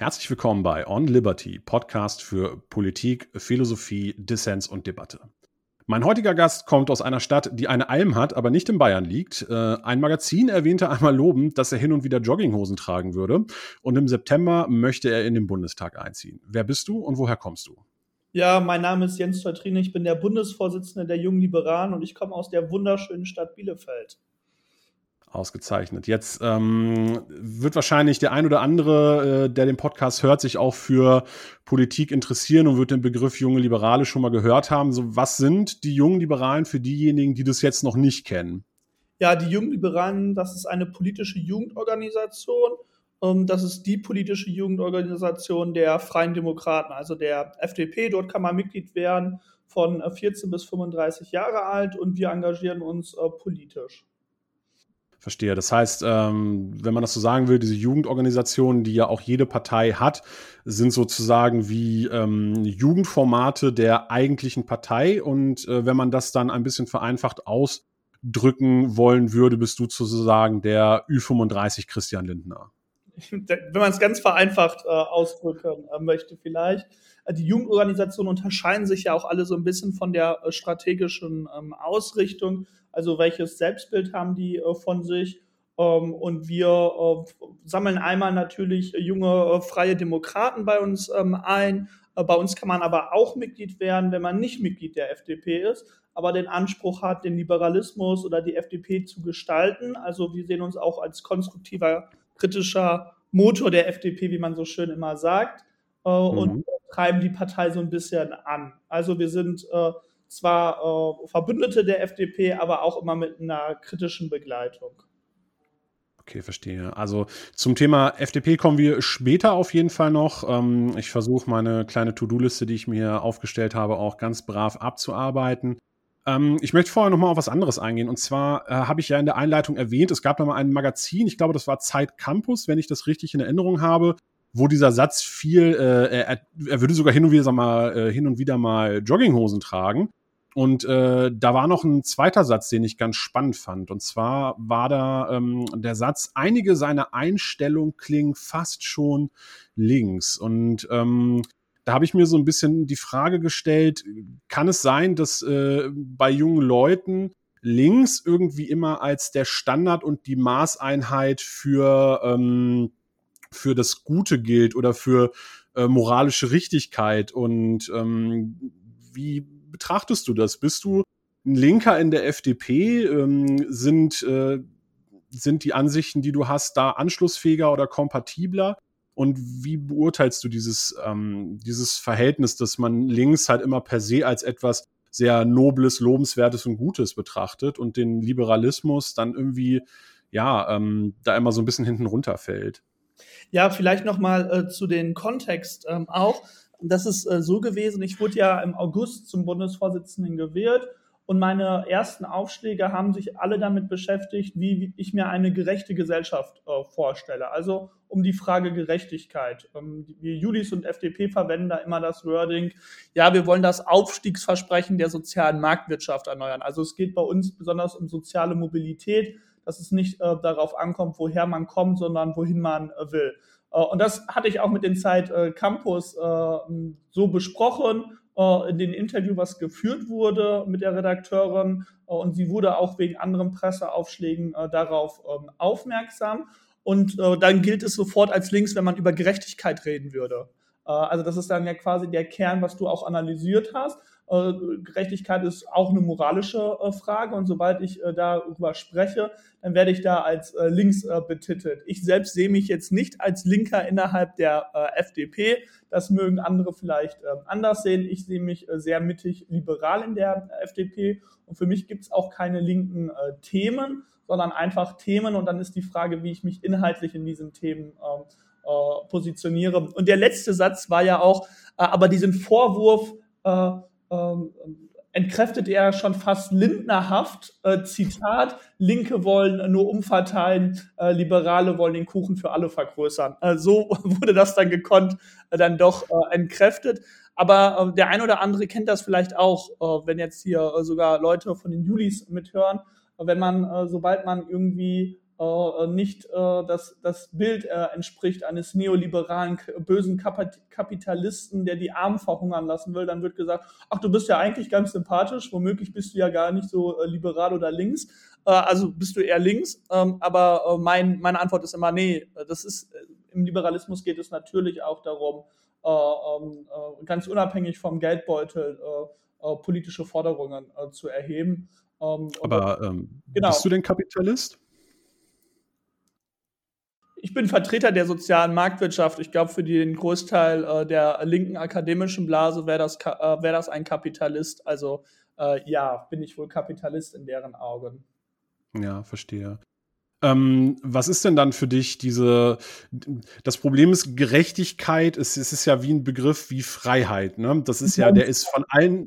Herzlich willkommen bei On Liberty, Podcast für Politik, Philosophie, Dissens und Debatte. Mein heutiger Gast kommt aus einer Stadt, die eine Alm hat, aber nicht in Bayern liegt. Ein Magazin erwähnte einmal lobend, dass er hin und wieder Jogginghosen tragen würde. Und im September möchte er in den Bundestag einziehen. Wer bist du und woher kommst du? Ja, mein Name ist Jens Teutrine, ich bin der Bundesvorsitzende der Jungen Liberalen und ich komme aus der wunderschönen Stadt Bielefeld. Ausgezeichnet. Jetzt wird wahrscheinlich der ein oder andere, der den Podcast hört, sich auch für Politik interessieren und wird den Begriff Junge Liberale schon mal gehört haben. So, was sind die Jungen Liberalen für diejenigen, die das jetzt noch nicht kennen? Ja, die Jungen Liberalen, das ist eine politische Jugendorganisation. Das ist die politische Jugendorganisation der Freien Demokraten, also der FDP. Dort kann man Mitglied werden von 14 bis 35 Jahre alt und wir engagieren uns politisch. Verstehe. Das heißt, wenn man das so sagen will, diese Jugendorganisationen, die ja auch jede Partei hat, sind sozusagen wie Jugendformate der eigentlichen Partei. Und wenn man das dann ein bisschen vereinfacht ausdrücken wollen würde, bist du sozusagen der Ü35 Christian Lindner. Wenn man es ganz vereinfacht ausdrücken möchte vielleicht. Die Jugendorganisationen unterscheiden sich ja auch alle so ein bisschen von der strategischen Ausrichtung. Also welches Selbstbild haben die von sich? Und wir sammeln einmal natürlich junge freie Demokraten bei uns ein. Bei uns kann man aber auch Mitglied werden, wenn man nicht Mitglied der FDP ist, aber den Anspruch hat, den Liberalismus oder die FDP zu gestalten. Also wir sehen uns auch als konstruktiver, kritischer Motor der FDP, wie man so schön immer sagt, und treiben die Partei so ein bisschen an. Also wir sind zwar Verbündete der FDP, aber auch immer mit einer kritischen Begleitung. Okay, verstehe. Also zum Thema FDP kommen wir später auf jeden Fall noch. Ich versuche meine kleine To-Do-Liste, die ich mir aufgestellt habe, auch ganz brav abzuarbeiten. Ich möchte vorher noch mal auf was anderes eingehen. Und zwar habe ich ja in der Einleitung erwähnt, es gab da mal ein Magazin, ich glaube, das war Zeit Campus, wenn ich das richtig in Erinnerung habe, wo dieser Satz fiel, er würde sogar hin und wieder mal Jogginghosen tragen. Und da war noch ein zweiter Satz, den ich ganz spannend fand. Und zwar war da der Satz, einige seiner Einstellungen klingen fast schon links. Und da habe ich mir so ein bisschen die Frage gestellt, kann es sein, dass bei jungen Leuten links irgendwie immer als der Standard und die Maßeinheit für das Gute gilt oder für moralische Richtigkeit? Und wie betrachtest du das? Bist du ein Linker in der FDP? Sind die Ansichten, die du hast, da anschlussfähiger oder kompatibler? Und wie beurteilst du dieses Verhältnis, dass man links halt immer per se als etwas sehr Nobles, Lobenswertes und Gutes betrachtet und den Liberalismus dann irgendwie, da immer so ein bisschen hinten runterfällt? Ja, vielleicht nochmal zu den Kontext auch. Das ist so gewesen, ich wurde ja im August zum Bundesvorsitzenden gewählt und meine ersten Aufschläge haben sich alle damit beschäftigt, wie ich mir eine gerechte Gesellschaft vorstelle. Also um die Frage Gerechtigkeit. Wir Julis und FDP verwenden da immer das Wording, ja, wir wollen das Aufstiegsversprechen der sozialen Marktwirtschaft erneuern. Also es geht bei uns besonders um soziale Mobilität, dass es nicht darauf ankommt, woher man kommt, sondern wohin man will. Und das hatte ich auch mit den Zeit Campus so besprochen in dem Interview, was geführt wurde mit der Redakteurin. Und sie wurde auch wegen anderen Presseaufschlägen darauf aufmerksam. Und dann gilt es sofort als links, wenn man über Gerechtigkeit reden würde. Also das ist dann ja quasi der Kern, was du auch analysiert hast. Gerechtigkeit ist auch eine moralische Frage und sobald ich darüber spreche, dann werde ich da als links betitelt. Ich selbst sehe mich jetzt nicht als Linker innerhalb der FDP. Das mögen andere vielleicht anders sehen. Ich sehe mich sehr mittig liberal in der FDP und für mich gibt es auch keine linken Themen, sondern einfach Themen und dann ist die Frage, wie ich mich inhaltlich in diesen Themen positioniere. Und der letzte Satz war ja auch, aber diesen Vorwurf entkräftet er schon fast lindnerhaft. Zitat, Linke wollen nur umverteilen, Liberale wollen den Kuchen für alle vergrößern. So wurde das dann gekonnt dann doch entkräftet. Aber der ein oder andere kennt das vielleicht auch, wenn jetzt hier sogar Leute von den Julis mithören. Wenn man, sobald man irgendwie nicht das Bild entspricht eines neoliberalen, bösen Kapitalisten, der die Armen verhungern lassen will, dann wird gesagt, ach, du bist ja eigentlich ganz sympathisch, womöglich bist du ja gar nicht so liberal oder links, also bist du eher links, aber meine Antwort ist immer, nee, im Liberalismus geht es natürlich auch darum, ganz unabhängig vom Geldbeutel politische Forderungen zu erheben. Aber genau. Bist du denn Kapitalist? Ich bin Vertreter der sozialen Marktwirtschaft. Ich glaube, für den Großteil der linken akademischen Blase wäre das ein Kapitalist. Also ja, bin ich wohl Kapitalist in deren Augen. Ja, verstehe. Was ist denn dann für dich das Problem ist Gerechtigkeit, es ist ja wie ein Begriff wie Freiheit, ne? Das ist ja, der ist von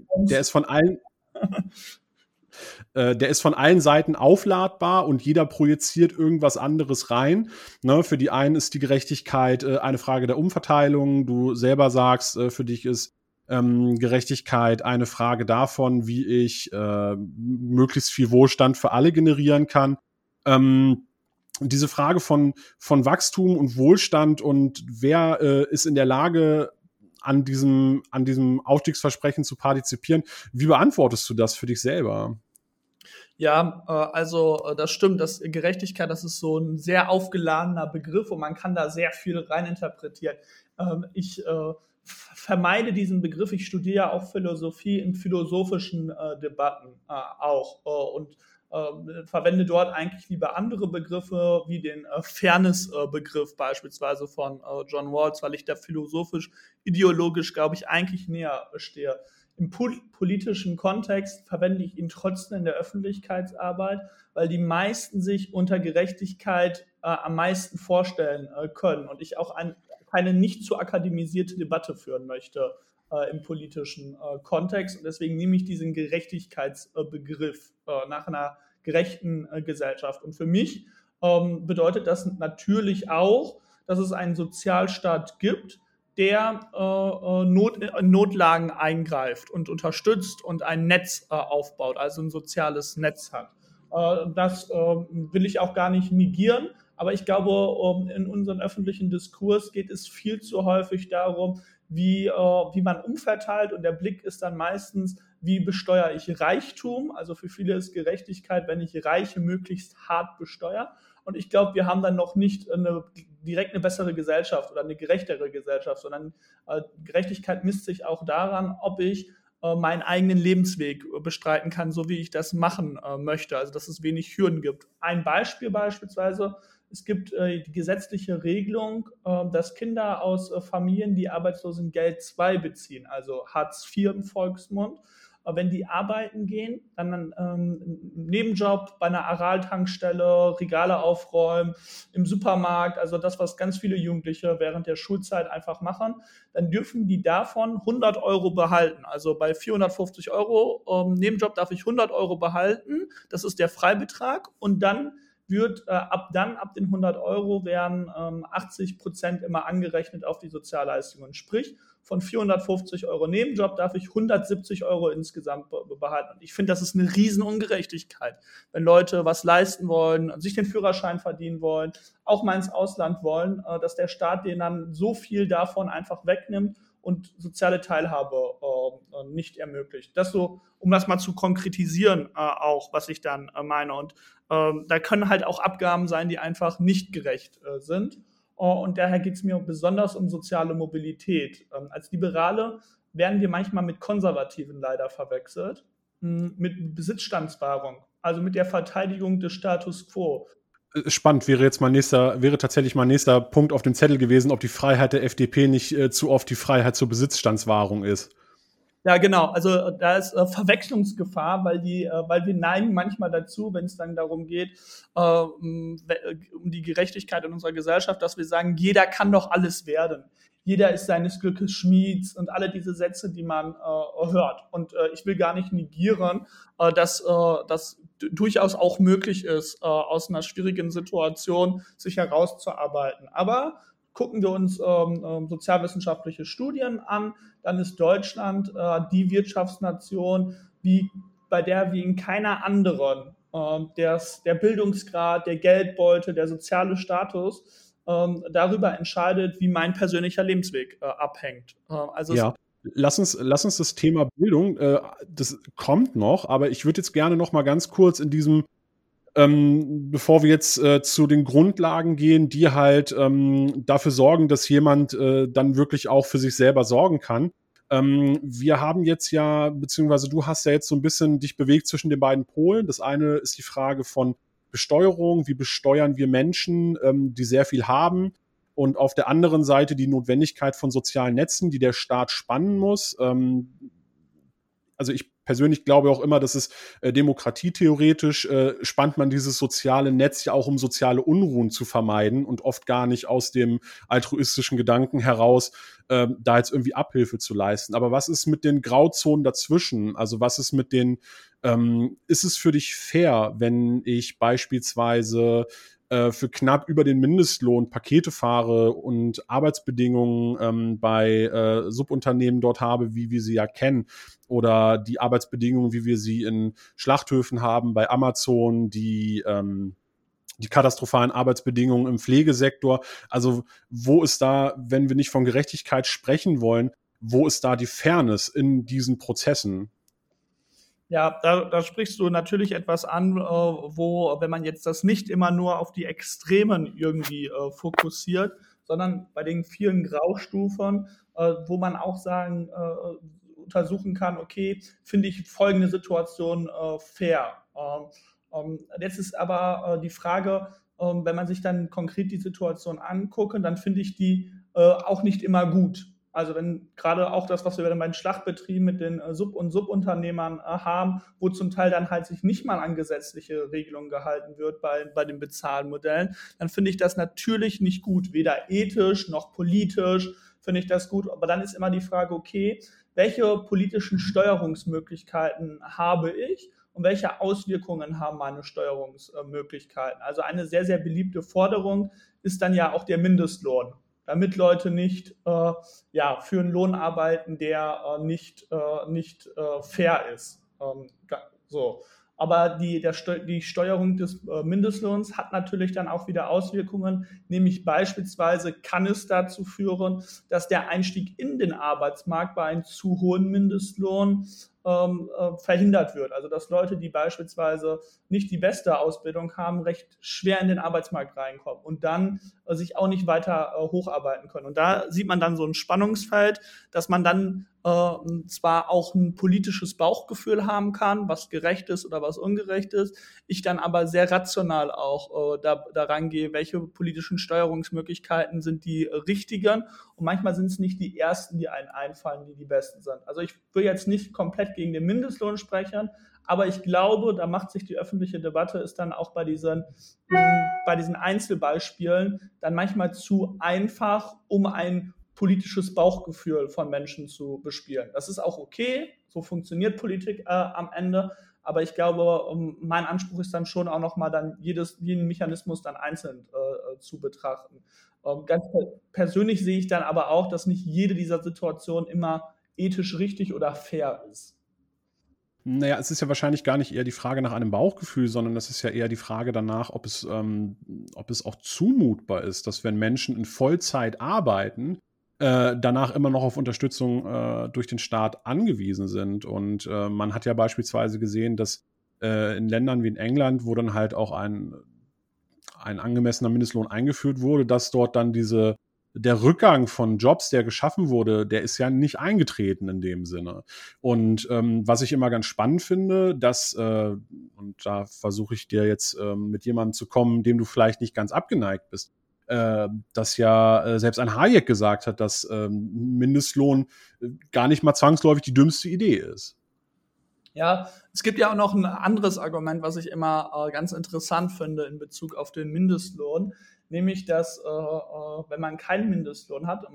allen Seiten aufladbar und jeder projiziert irgendwas anderes rein. Ne? Für die einen ist die Gerechtigkeit eine Frage der Umverteilung. Du selber sagst, für dich ist Gerechtigkeit eine Frage davon, wie ich möglichst viel Wohlstand für alle generieren kann. Diese Frage von Wachstum und Wohlstand und wer ist in der Lage, an diesem Aufstiegsversprechen zu partizipieren, wie beantwortest du das für dich selber? Ja, also das stimmt, Gerechtigkeit, das ist so ein sehr aufgeladener Begriff und man kann da sehr viel reininterpretieren. Ich vermeide diesen Begriff, ich studiere ja auch Philosophie in philosophischen Debatten auch und verwende dort eigentlich lieber andere Begriffe, wie den Fairness-Begriff beispielsweise von John Rawls, weil ich da philosophisch-ideologisch, glaube ich, eigentlich näher stehe. Im politischen Kontext verwende ich ihn trotzdem in der Öffentlichkeitsarbeit, weil die meisten sich unter Gerechtigkeit am meisten vorstellen können und ich auch keine nicht zu akademisierte Debatte führen möchte im politischen Kontext. Und deswegen nehme ich diesen Gerechtigkeitsbegriff nach einer gerechten Gesellschaft. Und für mich bedeutet das natürlich auch, dass es einen Sozialstaat gibt, der Notlagen eingreift und unterstützt und ein Netz aufbaut, also ein soziales Netz hat. Das will ich auch gar nicht negieren, aber ich glaube, in unserem öffentlichen Diskurs geht es viel zu häufig darum, wie man umverteilt und der Blick ist dann meistens, wie besteuere ich Reichtum, also für viele ist Gerechtigkeit, wenn ich Reiche möglichst hart besteuere. Und ich glaube, wir haben dann noch nicht direkt eine bessere Gesellschaft oder eine gerechtere Gesellschaft, sondern Gerechtigkeit misst sich auch daran, ob ich meinen eigenen Lebensweg bestreiten kann, so wie ich das machen möchte. Also dass es wenig Hürden gibt. Ein Beispiel beispielsweise, es gibt die gesetzliche Regelung, dass Kinder aus Familien, die Arbeitslosengeld II beziehen, also Hartz IV im Volksmund, wenn die arbeiten gehen, dann einen Nebenjob bei einer Aral-Tankstelle, Regale aufräumen, im Supermarkt, also das, was ganz viele Jugendliche während der Schulzeit einfach machen, dann dürfen die davon 100 Euro behalten. Also bei 450 Euro Nebenjob darf ich 100 Euro behalten, das ist der Freibetrag und dann wird ab den 100 Euro werden 80% immer angerechnet auf die Sozialleistungen. Sprich, von 450 Euro Nebenjob darf ich 170 Euro insgesamt behalten. Und ich finde, das ist eine Riesenungerechtigkeit, wenn Leute was leisten wollen, sich den Führerschein verdienen wollen, auch mal ins Ausland wollen, dass der Staat denen dann so viel davon einfach wegnimmt und soziale Teilhabe nicht ermöglicht. Das so, um das mal zu konkretisieren auch, was ich dann meine. Und da können halt auch Abgaben sein, die einfach nicht gerecht sind. Und daher geht es mir besonders um soziale Mobilität. Als Liberale werden wir manchmal mit Konservativen leider verwechselt, mit Besitzstandswahrung, also mit der Verteidigung des Status quo. Spannend, wäre tatsächlich mein nächster Punkt auf dem Zettel gewesen, ob die Freiheit der FDP nicht zu oft die Freiheit zur Besitzstandswahrung ist. Ja, genau. Also da ist Verwechslungsgefahr, weil wir neigen manchmal dazu, wenn es dann darum geht, um die Gerechtigkeit in unserer Gesellschaft, dass wir sagen, jeder kann doch alles werden. Jeder ist seines Glückes Schmieds und alle diese Sätze, die man hört. Und ich will gar nicht negieren, dass das durchaus auch möglich ist, aus einer schwierigen Situation sich herauszuarbeiten. Aber gucken wir uns sozialwissenschaftliche Studien an, dann ist Deutschland die Wirtschaftsnation, bei der wie in keiner anderen der Bildungsgrad, der Geldbeutel, der soziale Status darüber entscheidet, wie mein persönlicher Lebensweg abhängt. Ja, lass uns das Thema Bildung, das kommt noch, aber ich würde jetzt gerne noch mal ganz kurz in diesem bevor wir jetzt zu den Grundlagen gehen, die halt dafür sorgen, dass jemand dann wirklich auch für sich selber sorgen kann. Wir haben jetzt ja, beziehungsweise du hast ja jetzt so ein bisschen dich bewegt zwischen den beiden Polen. Das eine ist die Frage von Besteuerung, wie besteuern wir Menschen, die sehr viel haben. Und auf der anderen Seite die Notwendigkeit von sozialen Netzen, die der Staat spannen muss. Also ich persönlich glaube auch immer, dass es demokratietheoretisch spannt man dieses soziale Netz ja auch, um soziale Unruhen zu vermeiden und oft gar nicht aus dem altruistischen Gedanken heraus, da jetzt irgendwie Abhilfe zu leisten. Aber was ist mit den Grauzonen dazwischen? Also was ist mit den, ist es für dich fair, wenn ich beispielsweise für knapp über den Mindestlohn Pakete fahre und Arbeitsbedingungen bei Subunternehmen dort habe, wie wir sie ja kennen, oder die Arbeitsbedingungen, wie wir sie in Schlachthöfen haben, bei Amazon, die katastrophalen Arbeitsbedingungen im Pflegesektor. Also wo ist da, wenn wir nicht von Gerechtigkeit sprechen wollen, wo ist da die Fairness in diesen Prozessen? Ja, da sprichst du natürlich etwas an, wo, wenn man jetzt das nicht immer nur auf die Extremen irgendwie fokussiert, sondern bei den vielen Graustufen, wo man auch untersuchen kann, okay, finde ich folgende Situation fair. Jetzt ist aber die Frage, wenn man sich dann konkret die Situation anguckt, dann finde ich die auch nicht immer gut. Also wenn gerade auch das, was wir bei den Schlachtbetrieben mit den und Subunternehmern haben, wo zum Teil dann halt sich nicht mal an gesetzliche Regelungen gehalten wird bei den Bezahlmodellen, dann finde ich das natürlich nicht gut, weder ethisch noch politisch finde ich das gut. Aber dann ist immer die Frage, okay, welche politischen Steuerungsmöglichkeiten habe ich und welche Auswirkungen haben meine Steuerungsmöglichkeiten? Also eine sehr, sehr beliebte Forderung ist dann ja auch der Mindestlohn, damit Leute nicht für einen Lohn arbeiten, der nicht fair ist. So. Aber die Steuerung des Mindestlohns hat natürlich dann auch wieder Auswirkungen, nämlich beispielsweise kann es dazu führen, dass der Einstieg in den Arbeitsmarkt bei einem zu hohen Mindestlohn verhindert wird. Also dass Leute, die beispielsweise nicht die beste Ausbildung haben, recht schwer in den Arbeitsmarkt reinkommen und dann sich auch nicht weiter hocharbeiten können. Und da sieht man dann so ein Spannungsfeld, dass man dann zwar auch ein politisches Bauchgefühl haben kann, was gerecht ist oder was ungerecht ist, ich dann aber sehr rational auch da rangehe, welche politischen Steuerungsmöglichkeiten sind die richtigen und manchmal sind es nicht die ersten, die einem einfallen, die besten sind. Also ich will jetzt nicht komplett gegen den Mindestlohn sprechen, aber ich glaube, da macht sich die öffentliche Debatte, ist dann auch bei diesen Einzelbeispielen dann manchmal zu einfach, um ein politisches Bauchgefühl von Menschen zu bespielen. Das ist auch okay, so funktioniert Politik am Ende, aber ich glaube, mein Anspruch ist dann schon auch nochmal dann jeden Mechanismus dann einzeln zu betrachten. Ganz persönlich sehe ich dann aber auch, dass nicht jede dieser Situationen immer ethisch richtig oder fair ist. Naja, es ist ja wahrscheinlich gar nicht eher die Frage nach einem Bauchgefühl, sondern es ist ja eher die Frage danach, ob es auch zumutbar ist, dass wenn Menschen in Vollzeit arbeiten, danach immer noch auf Unterstützung durch den Staat angewiesen sind. Und man hat ja beispielsweise gesehen, dass in Ländern wie in England, wo dann halt auch ein angemessener Mindestlohn eingeführt wurde, dass dort dann der Rückgang von Jobs, der geschaffen wurde, der ist ja nicht eingetreten in dem Sinne. Und was ich immer ganz spannend finde, und da versuche ich dir jetzt mit jemandem zu kommen, dem du vielleicht nicht ganz abgeneigt bist, dass ja selbst ein Hayek gesagt hat, dass Mindestlohn gar nicht mal zwangsläufig die dümmste Idee ist. Ja, es gibt ja auch noch ein anderes Argument, was ich immer ganz interessant finde in Bezug auf den Mindestlohn, nämlich dass wenn man keinen Mindestlohn hat,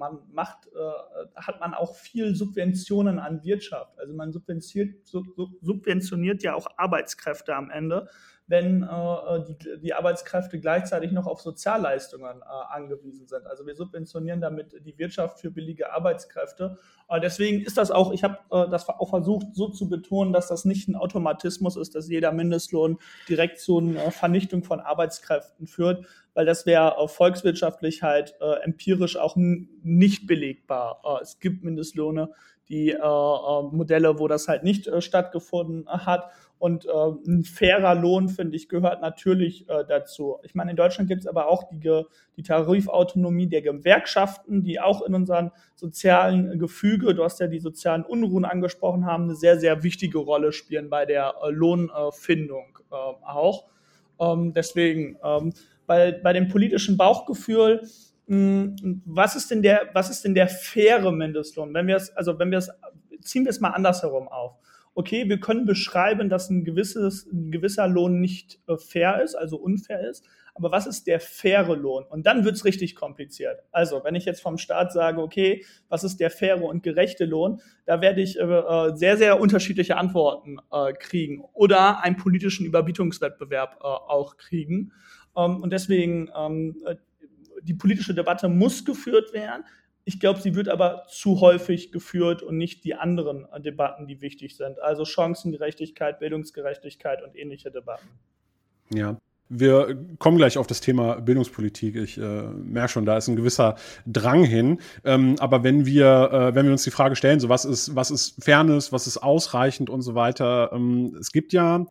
hat man auch viel Subventionen an Wirtschaft. Also man subventioniert ja auch Arbeitskräfte am Ende, wenn die Arbeitskräfte gleichzeitig noch auf Sozialleistungen angewiesen sind. Also wir subventionieren damit die Wirtschaft für billige Arbeitskräfte. Deswegen ist das auch, ich habe das auch versucht so zu betonen, dass das nicht ein Automatismus ist, dass jeder Mindestlohn direkt zu einer Vernichtung von Arbeitskräften führt, weil das wäre volkswirtschaftlich halt empirisch auch nicht belegbar. Es gibt Mindestlöhne, die Modelle, wo das halt nicht stattgefunden hat. Und ein fairer Lohn, finde ich, gehört natürlich dazu. Ich meine, in Deutschland gibt es aber auch die Tarifautonomie der Gewerkschaften, die auch in unseren sozialen Gefüge, du hast ja die sozialen Unruhen angesprochen haben, eine sehr, sehr wichtige Rolle spielen bei der Lohnfindung auch. Deswegen, bei dem politischen Bauchgefühl, was ist denn der faire Mindestlohn? Ziehen wir es mal andersherum auf. Okay, wir können beschreiben, dass ein gewisser Lohn nicht fair ist, also unfair ist. Aber was ist der faire Lohn? Und dann wird es richtig kompliziert. Also, wenn ich jetzt vom Staat sage, okay, was ist der faire und gerechte Lohn, da werde ich sehr, sehr unterschiedliche Antworten kriegen oder einen politischen Überbietungswettbewerb auch kriegen. Und deswegen, die politische Debatte muss geführt werden. Ich glaube, sie wird aber zu häufig geführt und nicht die anderen Debatten, die wichtig sind. Also Chancengerechtigkeit, Bildungsgerechtigkeit und ähnliche Debatten. Ja, wir kommen gleich auf das Thema Bildungspolitik. Ich merke schon, da ist ein gewisser Drang hin. Aber wenn wir uns die Frage stellen, so was ist Fairness, was ist ausreichend und so weiter, es gibt ja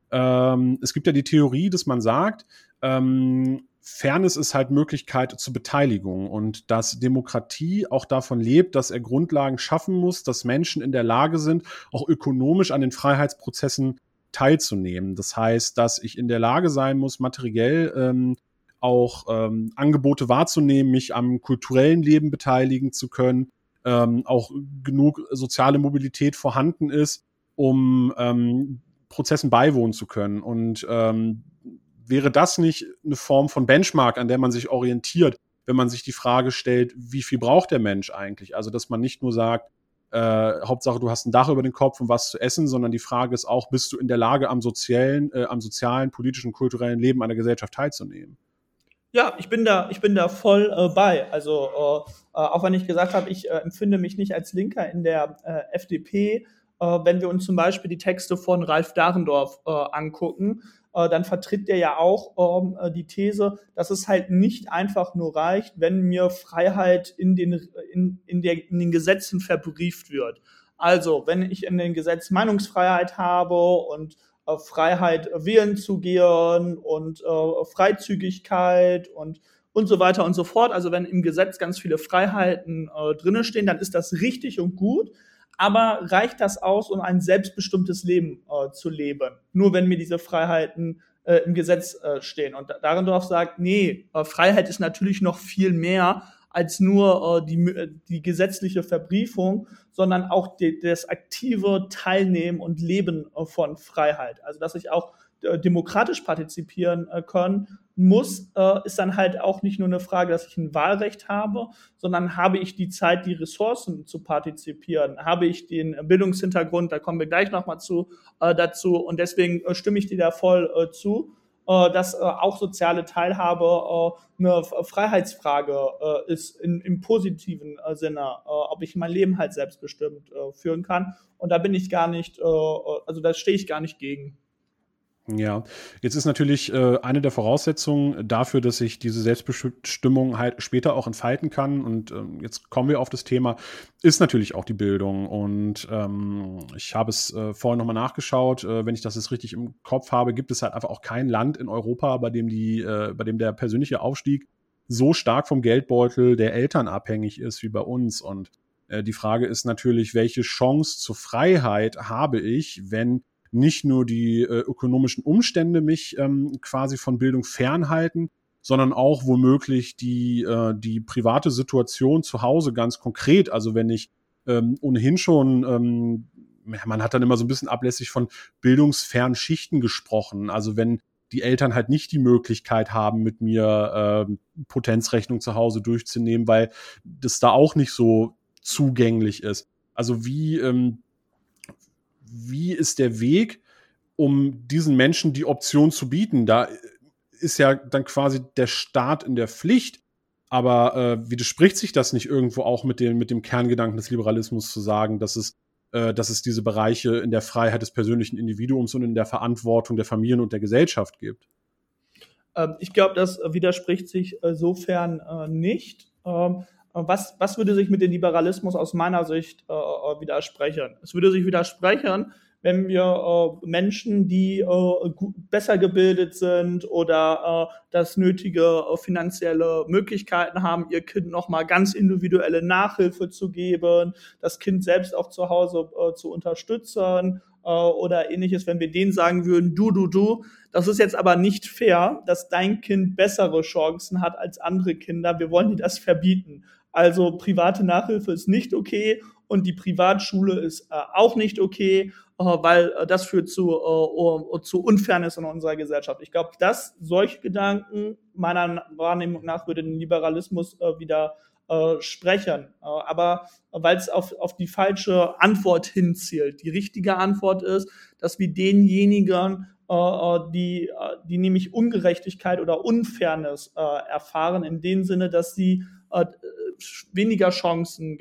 die Theorie, dass man sagt, Fairness ist halt Möglichkeit zur Beteiligung und dass Demokratie auch davon lebt, dass er Grundlagen schaffen muss, dass Menschen in der Lage sind, auch ökonomisch an den Freiheitsprozessen teilzunehmen. Das heißt, dass ich in der Lage sein muss, materiell auch Angebote wahrzunehmen, mich am kulturellen Leben beteiligen zu können, auch genug soziale Mobilität vorhanden ist, um Prozessen beiwohnen zu können. Und wäre das nicht eine Form von Benchmark, an der man sich orientiert, wenn man sich die Frage stellt, wie viel braucht der Mensch eigentlich? Also, dass man nicht nur sagt, Hauptsache, du hast ein Dach über den Kopf und was zu essen, sondern die Frage ist auch, bist du in der Lage, am sozialen, politischen, kulturellen Leben einer Gesellschaft teilzunehmen? Ja, ich bin da voll bei. Also auch wenn ich gesagt habe, ich empfinde mich nicht als Linker in der FDP, wenn wir uns zum Beispiel die Texte von Ralf Dahrendorf angucken, dann vertritt der ja auch die These, dass es halt nicht einfach nur reicht, wenn mir Freiheit in den Gesetzen verbrieft wird. Also, wenn ich in den Gesetz Meinungsfreiheit habe und Freiheit wählen zu gehen und Freizügigkeit und so weiter und so fort. Also wenn im Gesetz ganz viele Freiheiten drinne stehen, dann ist das richtig und gut. Aber reicht das aus, um ein selbstbestimmtes Leben zu leben? Nur wenn mir diese Freiheiten im Gesetz stehen. Und Dahrendorf sagt, nee, Freiheit ist natürlich noch viel mehr als nur die gesetzliche Verbriefung, sondern auch das aktive Teilnehmen und Leben von Freiheit. Also dass ich auch demokratisch partizipieren können muss, ist dann halt auch nicht nur eine Frage, dass ich ein Wahlrecht habe, sondern habe ich die Zeit, die Ressourcen zu partizipieren, habe ich den Bildungshintergrund, da kommen wir gleich nochmal dazu und deswegen stimme ich dir da voll zu, dass auch soziale Teilhabe eine Freiheitsfrage ist im positiven Sinne, ob ich mein Leben halt selbstbestimmt führen kann. Und da bin ich gar nicht, also da stehe ich gar nicht gegen. Ja, jetzt ist natürlich eine der Voraussetzungen dafür, dass ich diese Selbstbestimmung halt später auch entfalten kann. Und jetzt kommen wir auf das Thema, ist natürlich auch die Bildung. Und ich habe es vorhin nochmal nachgeschaut. Wenn ich das jetzt richtig im Kopf habe, gibt es halt einfach auch kein Land in Europa, bei dem der persönliche Aufstieg so stark vom Geldbeutel der Eltern abhängig ist wie bei uns. Und die Frage ist natürlich, welche Chance zur Freiheit habe ich, wenn nicht nur die ökonomischen Umstände mich quasi von Bildung fernhalten, sondern auch womöglich die private Situation zu Hause ganz konkret. Also wenn ich ohnehin schon, man hat dann immer so ein bisschen ablässig von bildungsfernen Schichten gesprochen. Also wenn die Eltern halt nicht die Möglichkeit haben, mit mir Potenzrechnung zu Hause durchzunehmen, weil das da auch nicht so zugänglich ist. Also wie ist der Weg, um diesen Menschen die Option zu bieten. Da ist ja dann quasi der Staat in der Pflicht. Aber widerspricht sich das nicht irgendwo auch mit dem Kerngedanken des Liberalismus zu sagen, dass es diese Bereiche in der Freiheit des persönlichen Individuums und in der Verantwortung der Familien und der Gesellschaft gibt? Ich glaube, das widerspricht sich sofern nicht. Was würde sich mit dem Liberalismus aus meiner Sicht widersprechen? Es würde sich widersprechen, wenn wir Menschen, die besser gebildet sind oder das nötige finanzielle Möglichkeiten haben, ihr Kind nochmal ganz individuelle Nachhilfe zu geben, das Kind selbst auch zu Hause zu unterstützen oder ähnliches, wenn wir denen sagen würden, du, das ist jetzt aber nicht fair, dass dein Kind bessere Chancen hat als andere Kinder, wir wollen dir das verbieten. Also private Nachhilfe ist nicht okay und die Privatschule ist auch nicht okay, weil das führt zu Unfairness in unserer Gesellschaft. Ich glaube, dass solche Gedanken meiner Wahrnehmung nach würde den Liberalismus wieder sprechen. Aber weil es auf die falsche Antwort hinzielt. Die richtige Antwort ist, dass wir denjenigen, die nämlich Ungerechtigkeit oder Unfairness erfahren, in dem Sinne, dass sie weniger Chancen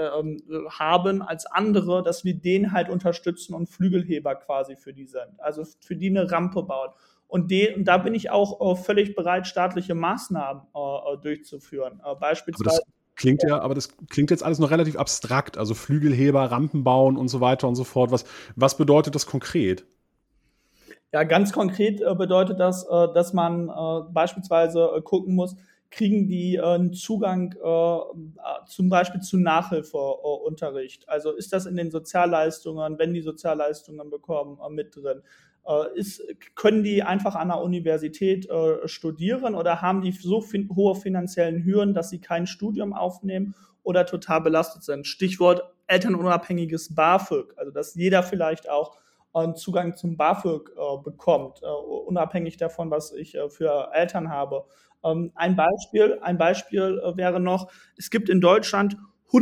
haben als andere, dass wir den halt unterstützen und Flügelheber quasi für die sind. Also für die eine Rampe bauen. Und da bin ich auch völlig bereit, staatliche Maßnahmen durchzuführen. Beispielsweise. Aber das klingt jetzt alles noch relativ abstrakt. Also Flügelheber, Rampen bauen und so weiter und so fort. Was bedeutet das konkret? Ja, ganz konkret bedeutet das, dass man beispielsweise gucken muss, kriegen die einen Zugang zum Beispiel zu Nachhilfeunterricht? Also ist das in den Sozialleistungen, wenn die Sozialleistungen bekommen, mit drin? Können die einfach an der Universität studieren oder haben die so hohe finanziellen Hürden, dass sie kein Studium aufnehmen oder total belastet sind? Stichwort elternunabhängiges BAföG, also dass jeder vielleicht auch einen Zugang zum BAföG bekommt, unabhängig davon, was ich für Eltern habe. Ein Beispiel wäre noch, es gibt in Deutschland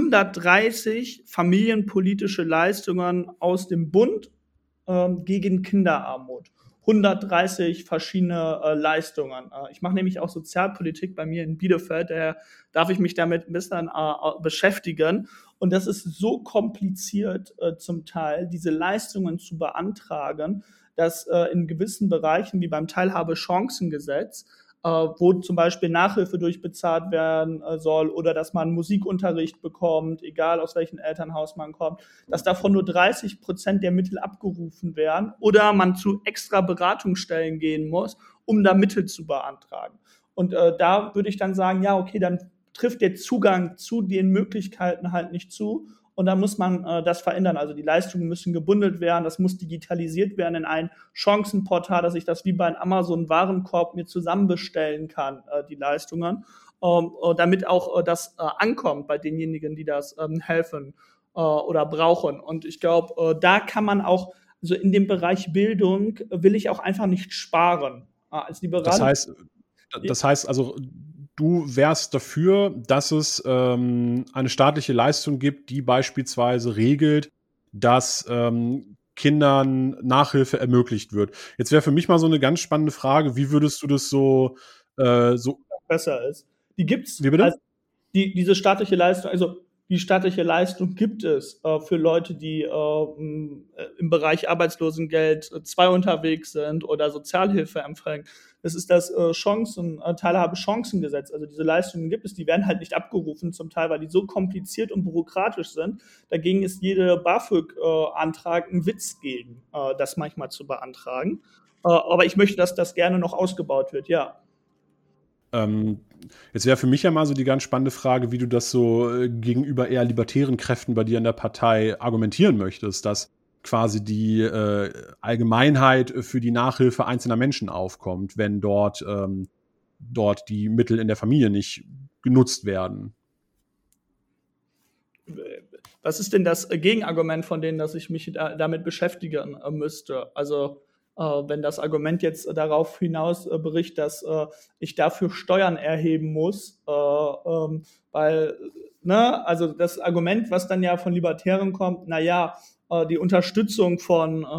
130 familienpolitische Leistungen aus dem Bund gegen Kinderarmut. 130 verschiedene Leistungen. Ich mache nämlich auch Sozialpolitik bei mir in Bielefeld, daher darf ich mich damit ein bisschen beschäftigen. Und das ist so kompliziert zum Teil, diese Leistungen zu beantragen, dass in gewissen Bereichen, wie beim Teilhabechancengesetz, wo zum Beispiel Nachhilfe durchbezahlt werden soll oder dass man Musikunterricht bekommt, egal aus welchem Elternhaus man kommt, dass davon nur 30% der Mittel abgerufen werden oder man zu extra Beratungsstellen gehen muss, um da Mittel zu beantragen. Und da würde ich dann sagen, ja, okay, dann trifft der Zugang zu den Möglichkeiten halt nicht zu. Und da muss man das verändern. Also die Leistungen müssen gebündelt werden, das muss digitalisiert werden in ein Chancenportal, dass ich das wie bei Amazon Warenkorb mir zusammenbestellen kann, die Leistungen, damit auch das ankommt bei denjenigen, die das helfen oder brauchen. Und ich glaube, da kann man auch, also in dem Bereich Bildung will ich auch einfach nicht sparen. Als Liberaler. Das heißt also, du wärst dafür, dass es eine staatliche Leistung gibt, die beispielsweise regelt, dass Kindern Nachhilfe ermöglicht wird. Jetzt wäre für mich mal so eine ganz spannende Frage, wie würdest du das so besser ist? Die gibt's. Wie bitte? Also diese staatliche Leistung, also die staatliche Leistung gibt es für Leute, die im Bereich Arbeitslosengeld 2 unterwegs sind oder Sozialhilfe empfangen. Das ist das Teilhabechancengesetz. Also diese Leistungen gibt es, die werden halt nicht abgerufen zum Teil, weil die so kompliziert und bürokratisch sind. Dagegen ist jeder BAföG-Antrag ein Witz gegen, das manchmal zu beantragen. Aber ich möchte, dass das gerne noch ausgebaut wird, ja. Jetzt wäre für mich ja mal so die ganz spannende Frage, wie du das so gegenüber eher libertären Kräften bei dir in der Partei argumentieren möchtest, dass quasi die Allgemeinheit für die Nachhilfe einzelner Menschen aufkommt, wenn dort die Mittel in der Familie nicht genutzt werden. Was ist denn das Gegenargument von denen, dass ich mich damit beschäftigen müsste? Also wenn das Argument jetzt darauf hinaus berichtet, dass ich dafür Steuern erheben muss, weil, also das Argument, was dann ja von Libertären kommt, die Unterstützung von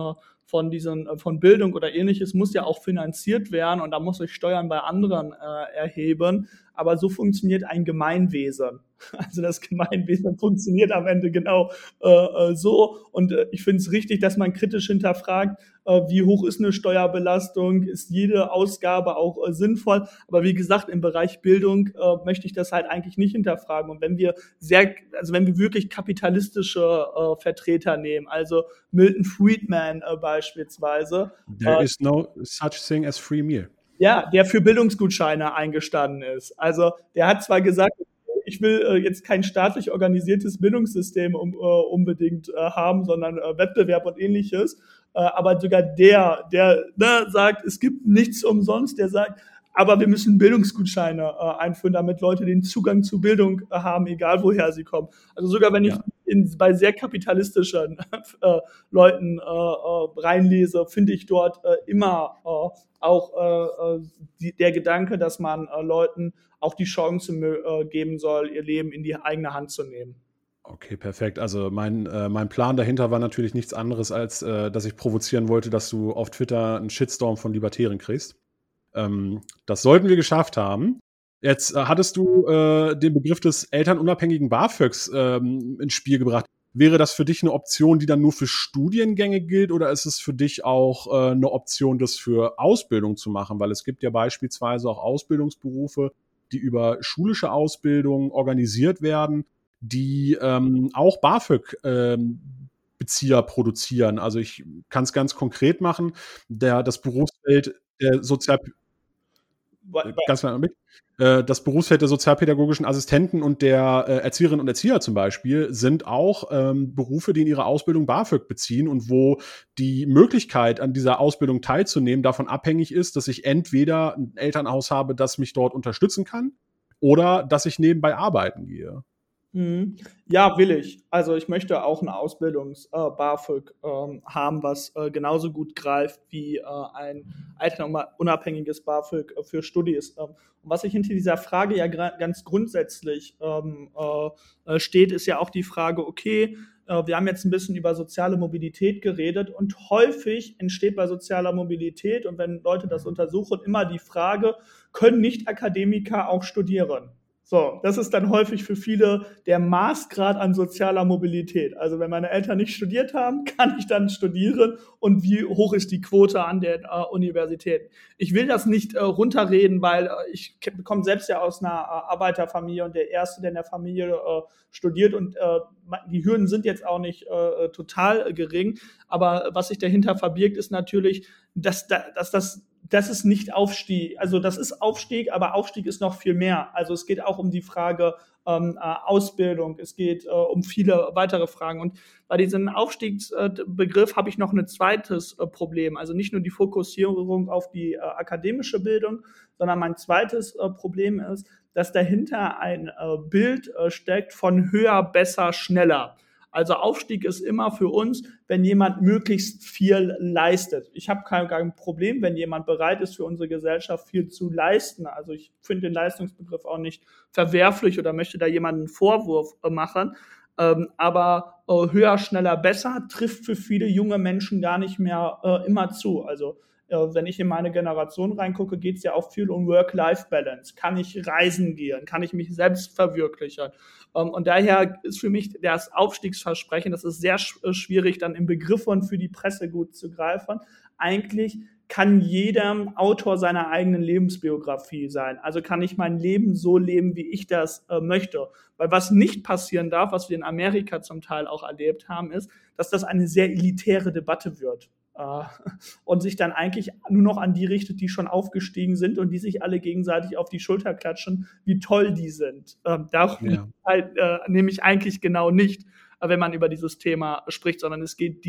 von Bildung oder Ähnliches muss ja auch finanziert werden und da muss ich Steuern bei anderen erheben. Aber so funktioniert ein Gemeinwesen. Also das Gemeinwesen funktioniert am Ende genau so. Und ich finde es richtig, dass man kritisch hinterfragt, wie hoch ist eine Steuerbelastung, ist jede Ausgabe auch sinnvoll. Aber wie gesagt, im Bereich Bildung möchte ich das halt eigentlich nicht hinterfragen. Und wenn wir wirklich kapitalistische Vertreter nehmen, also Milton Friedman beispielsweise. There is no such thing as free meal. Ja, der für Bildungsgutscheine eingestanden ist. Also der hat zwar gesagt, ich will jetzt kein staatlich organisiertes Bildungssystem unbedingt haben, sondern Wettbewerb und Ähnliches. Aber sogar der sagt, es gibt nichts umsonst, der sagt, aber wir müssen Bildungsgutscheine einführen, damit Leute den Zugang zu Bildung haben, egal woher sie kommen. Also sogar wenn ich bei sehr kapitalistischen Leuten reinlese, finde ich dort immer auch der Gedanke, dass man Leuten auch die Chance geben soll, ihr Leben in die eigene Hand zu nehmen. Okay, perfekt. Also mein Plan dahinter war natürlich nichts anderes, als dass ich provozieren wollte, dass du auf Twitter einen Shitstorm von Libertären kriegst. Das sollten wir geschafft haben. Jetzt hattest du den Begriff des elternunabhängigen BAföGs ins Spiel gebracht. Wäre das für dich eine Option, die dann nur für Studiengänge gilt, oder ist es für dich auch eine Option, das für Ausbildung zu machen? Weil es gibt ja beispielsweise auch Ausbildungsberufe, die über schulische Ausbildung organisiert werden, die auch BAföG-Bezieher produzieren. Also ich kann es ganz konkret machen. Das Berufsfeld der das Berufsfeld der sozialpädagogischen Assistenten und der Erzieherinnen und Erzieher zum Beispiel sind auch Berufe, die in ihrer Ausbildung BAföG beziehen und wo die Möglichkeit, an dieser Ausbildung teilzunehmen, davon abhängig ist, dass ich entweder ein Elternhaus habe, das mich dort unterstützen kann, oder dass ich nebenbei arbeiten gehe. Ja, will ich. Also ich möchte auch ein Ausbildungs-BAföG haben, was genauso gut greift wie ein elternunabhängiges BAföG für Studis. Und was sich hinter dieser Frage ja ganz grundsätzlich steht, ist ja auch die Frage, okay, wir haben jetzt ein bisschen über soziale Mobilität geredet und häufig entsteht bei sozialer Mobilität, und wenn Leute das untersuchen, immer die Frage, können Nicht-Akademiker auch studieren? So, das ist dann häufig für viele der Maßgrad an sozialer Mobilität. Also wenn meine Eltern nicht studiert haben, kann ich dann studieren, und wie hoch ist die Quote an der Universität? Ich will das nicht runterreden, weil ich komme selbst ja aus einer Arbeiterfamilie und der Erste, der in der Familie studiert, und die Hürden sind jetzt auch nicht total gering. Aber was sich dahinter verbirgt, ist natürlich, dass es nicht Aufstieg, also das ist Aufstieg, aber Aufstieg ist noch viel mehr. Also es geht auch um die Frage Ausbildung, es geht um viele weitere Fragen. Und bei diesem Aufstiegsbegriff habe ich noch ein zweites Problem. Also nicht nur die Fokussierung auf die akademische Bildung, sondern mein zweites Problem ist, dass dahinter ein Bild steckt von höher, besser, schneller. Also Aufstieg ist immer für uns, wenn jemand möglichst viel leistet. Ich habe kein Problem, wenn jemand bereit ist, für unsere Gesellschaft viel zu leisten. Also ich finde den Leistungsbegriff auch nicht verwerflich oder möchte da jemanden einen Vorwurf machen. Aber höher, schneller, besser trifft für viele junge Menschen gar nicht mehr immer zu. Also wenn ich in meine Generation reingucke, geht es ja auch viel um Work-Life-Balance. Kann ich reisen gehen? Kann ich mich selbst verwirklichen? Und daher ist für mich das Aufstiegsversprechen, das ist sehr schwierig, dann im Begriff und für die Presse gut zu greifen. Eigentlich kann jeder Autor seiner eigenen Lebensbiografie sein. Also kann ich mein Leben so leben, wie ich das möchte. Weil was nicht passieren darf, was wir in Amerika zum Teil auch erlebt haben, ist, dass das eine sehr elitäre Debatte wird. Und sich dann eigentlich nur noch an die richtet, die schon aufgestiegen sind und die sich alle gegenseitig auf die Schulter klatschen, wie toll die sind. Darum nehme ich eigentlich genau nicht, wenn man über dieses Thema spricht, sondern es geht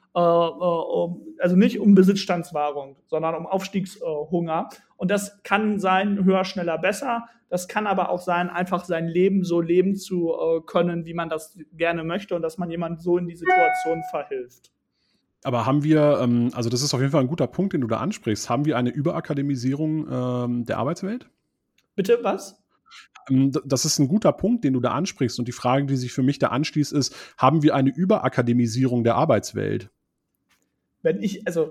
also nicht um Besitzstandswahrung, sondern um Aufstiegshunger. Und das kann sein, höher, schneller, besser. Das kann aber auch sein, einfach sein Leben so leben zu können, wie man das gerne möchte, und dass man jemand so in die Situation verhilft. Aber haben wir, also das ist auf jeden Fall ein guter Punkt, den du da ansprichst, haben wir eine Überakademisierung der Arbeitswelt? Bitte, was? Das ist ein guter Punkt, den du da ansprichst. Und die Frage, die sich für mich da anschließt, ist, haben wir eine Überakademisierung der Arbeitswelt? also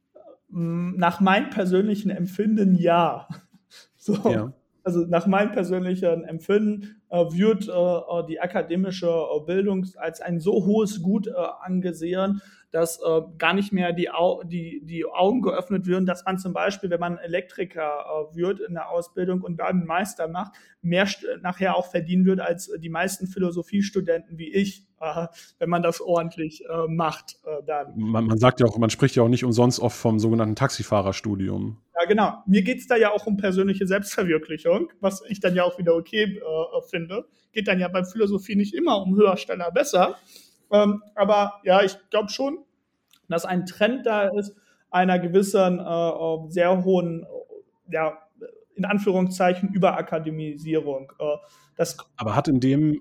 nach meinem persönlichen Empfinden ja. So. Ja. Also nach meinem persönlichen Empfinden wird die akademische Bildung als ein so hohes Gut angesehen, dass gar nicht mehr die Augen geöffnet werden, dass man zum Beispiel, wenn man Elektriker wird in der Ausbildung und dann einen Meister macht, mehr nachher auch verdienen wird als die meisten Philosophiestudenten wie ich, wenn man das ordentlich macht dann. Man sagt ja auch, man spricht ja auch nicht umsonst oft vom sogenannten Taxifahrerstudium. Ja, genau. Mir geht's da ja auch um persönliche Selbstverwirklichung, was ich dann ja auch wieder okay finde. Geht dann ja bei Philosophie nicht immer um höher, schneller, besser. Aber ja, ich glaube schon, dass ein Trend da ist, einer gewissen sehr hohen, ja, in Anführungszeichen, Überakademisierung. Aber hat in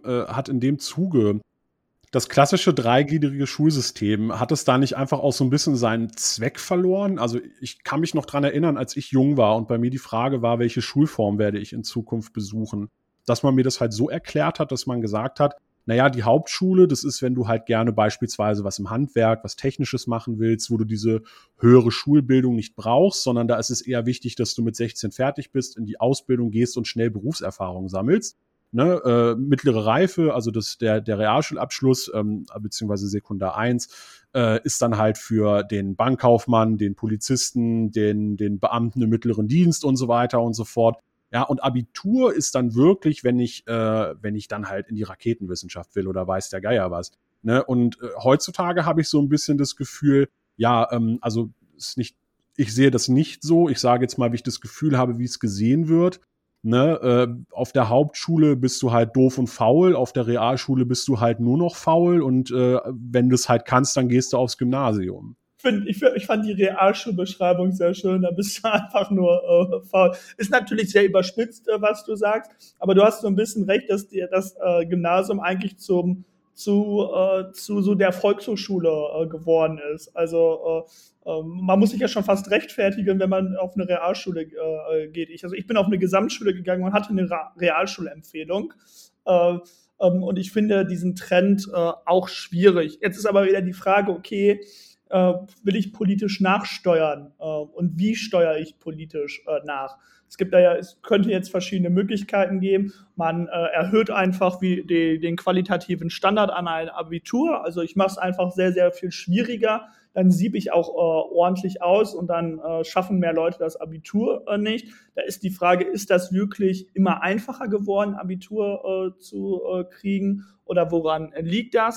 dem Zuge das klassische dreigliedrige Schulsystem, hat es da nicht einfach auch so ein bisschen seinen Zweck verloren? Also, ich kann mich noch dran erinnern, als ich jung war und bei mir die Frage war, welche Schulform werde ich in Zukunft besuchen, dass man mir das halt so erklärt hat, dass man gesagt hat: „Na ja, die Hauptschule, das ist, wenn du halt gerne beispielsweise was im Handwerk, was Technisches machen willst, wo du diese höhere Schulbildung nicht brauchst, sondern da ist es eher wichtig, dass du mit 16 fertig bist, in die Ausbildung gehst und schnell Berufserfahrung sammelst. Ne, mittlere Reife, also der Realschulabschluss, beziehungsweise Sekundar 1, ist dann halt für den Bankkaufmann, den Polizisten, den Beamten im mittleren Dienst und so weiter und so fort. Ja, und Abitur ist dann wirklich, wenn ich dann halt in die Raketenwissenschaft will oder weiß der Geier was. Ne? Und heutzutage habe ich so ein bisschen das Gefühl, ja, also ist nicht, ich sehe das nicht so. Ich sage jetzt mal, wie ich das Gefühl habe, wie es gesehen wird. Ne, auf der Hauptschule bist du halt doof und faul, auf der Realschule bist du halt nur noch faul und wenn du es halt kannst, dann gehst du aufs Gymnasium. Ich fand die Realschulbeschreibung sehr schön, da bist du einfach nur faul. Ist natürlich sehr überspitzt, was du sagst, aber du hast so ein bisschen recht, dass dir das Gymnasium eigentlich zu so der Volkshochschule geworden ist. Also man muss sich ja schon fast rechtfertigen, wenn man auf eine Realschule geht. Ich bin auf eine Gesamtschule gegangen und hatte eine Realschulempfehlung. Und ich finde diesen Trend auch schwierig. Jetzt ist aber wieder die Frage, okay, will ich politisch nachsteuern und wie steuere ich politisch nach? Es könnte jetzt verschiedene Möglichkeiten geben. Man erhöht einfach den qualitativen Standard an ein Abitur. Also ich mache es einfach sehr, sehr viel schwieriger. Dann siebe ich auch ordentlich aus und dann schaffen mehr Leute das Abitur nicht. Da ist die Frage, ist das wirklich immer einfacher geworden, Abitur zu kriegen? Oder woran liegt das?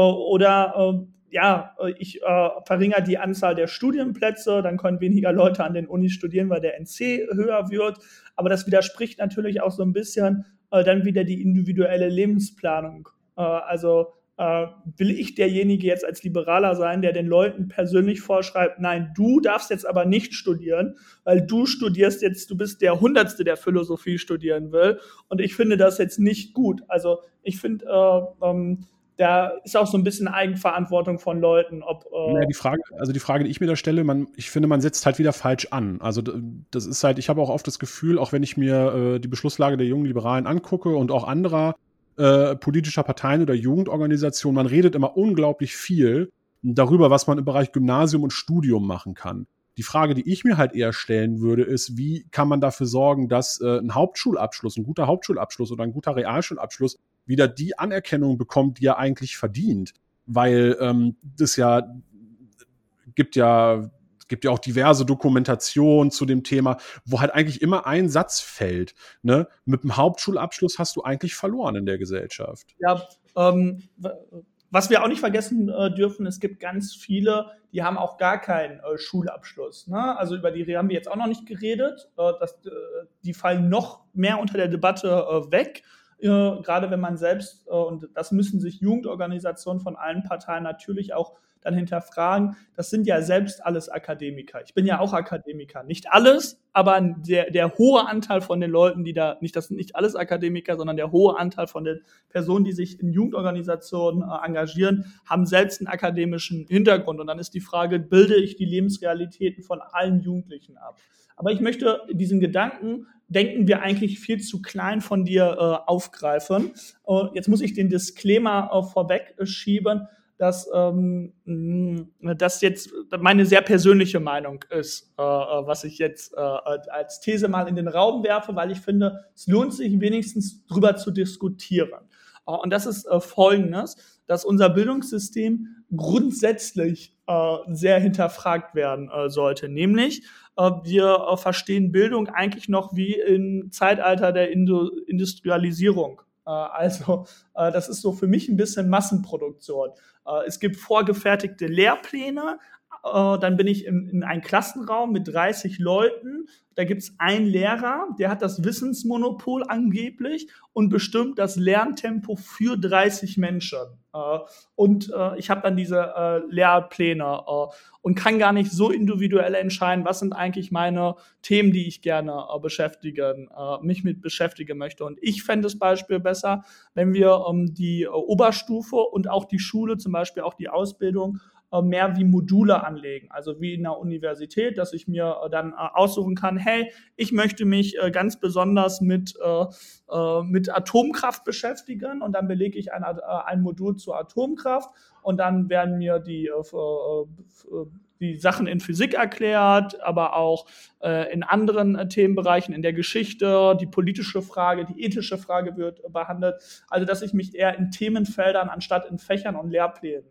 Ich verringere die Anzahl der Studienplätze, dann können weniger Leute an den Unis studieren, weil der NC höher wird. Aber das widerspricht natürlich auch so ein bisschen dann wieder die individuelle Lebensplanung. Will ich derjenige jetzt als Liberaler sein, der den Leuten persönlich vorschreibt, nein, du darfst jetzt aber nicht studieren, weil du studierst jetzt, du bist der Hundertste, der Philosophie studieren will. Und ich finde das jetzt nicht gut. Also ich finde, da ist auch so ein bisschen Eigenverantwortung von Leuten, Ja, die Frage, die ich mir da stelle, ich finde, man setzt halt wieder falsch an. Also das ist halt, ich habe auch oft das Gefühl, auch wenn ich mir die Beschlusslage der jungen Liberalen angucke und auch anderer politischer Parteien oder Jugendorganisationen, man redet immer unglaublich viel darüber, was man im Bereich Gymnasium und Studium machen kann. Die Frage, die ich mir halt eher stellen würde, ist, wie kann man dafür sorgen, dass ein Hauptschulabschluss, ein guter Hauptschulabschluss oder ein guter Realschulabschluss wieder die Anerkennung bekommt, die er eigentlich verdient. Weil das ja gibt ja auch diverse Dokumentationen zu dem Thema, wo halt eigentlich immer ein Satz fällt. Ne? Mit dem Hauptschulabschluss hast du eigentlich verloren in der Gesellschaft. Ja, was wir auch nicht vergessen dürfen, es gibt ganz viele, die haben auch gar keinen Schulabschluss. Ne? Also über die haben wir jetzt auch noch nicht geredet. Die fallen noch mehr unter der Debatte weg. Gerade wenn man selbst, und das müssen sich Jugendorganisationen von allen Parteien natürlich auch dann hinterfragen, das sind ja selbst alles Akademiker. Ich bin ja auch Akademiker. Nicht alles, aber der hohe Anteil von den Leuten, das sind nicht alles Akademiker, sondern der hohe Anteil von den Personen, die sich in Jugendorganisationen engagieren, haben selbst einen akademischen Hintergrund. Und dann ist die Frage, bilde ich die Lebensrealitäten von allen Jugendlichen ab? Aber ich möchte diesen Gedanken, denken wir eigentlich viel zu klein von dir aufgreifen. Jetzt muss ich den Disclaimer vorweg schieben. dass das jetzt meine sehr persönliche Meinung ist, was ich jetzt als These mal in den Raum werfe, weil ich finde, es lohnt sich wenigstens drüber zu diskutieren. Und das ist Folgendes, dass unser Bildungssystem grundsätzlich sehr hinterfragt werden sollte. Nämlich, wir verstehen Bildung eigentlich noch wie im Zeitalter der Industrialisierung. Also das ist so für mich ein bisschen Massenproduktion. Es gibt vorgefertigte Lehrpläne, dann bin ich in einem Klassenraum mit 30 Leuten. Da gibt es einen Lehrer, der hat das Wissensmonopol angeblich und bestimmt das Lerntempo für 30 Menschen. Und ich habe dann diese Lehrpläne und kann gar nicht so individuell entscheiden, was sind eigentlich meine Themen, die ich gerne mich mit beschäftigen möchte. Und ich fände das Beispiel besser, wenn wir die Oberstufe und auch die Schule, zum Beispiel auch die Ausbildung, mehr wie Module anlegen, also wie in der Universität, dass ich mir dann aussuchen kann, hey, ich möchte mich ganz besonders mit Atomkraft beschäftigen und dann belege ich ein Modul zur Atomkraft und dann werden mir die Sachen in Physik erklärt, aber auch in anderen Themenbereichen, in der Geschichte, die politische Frage, die ethische Frage wird behandelt. Also, dass ich mich eher in Themenfeldern anstatt in Fächern und Lehrplänen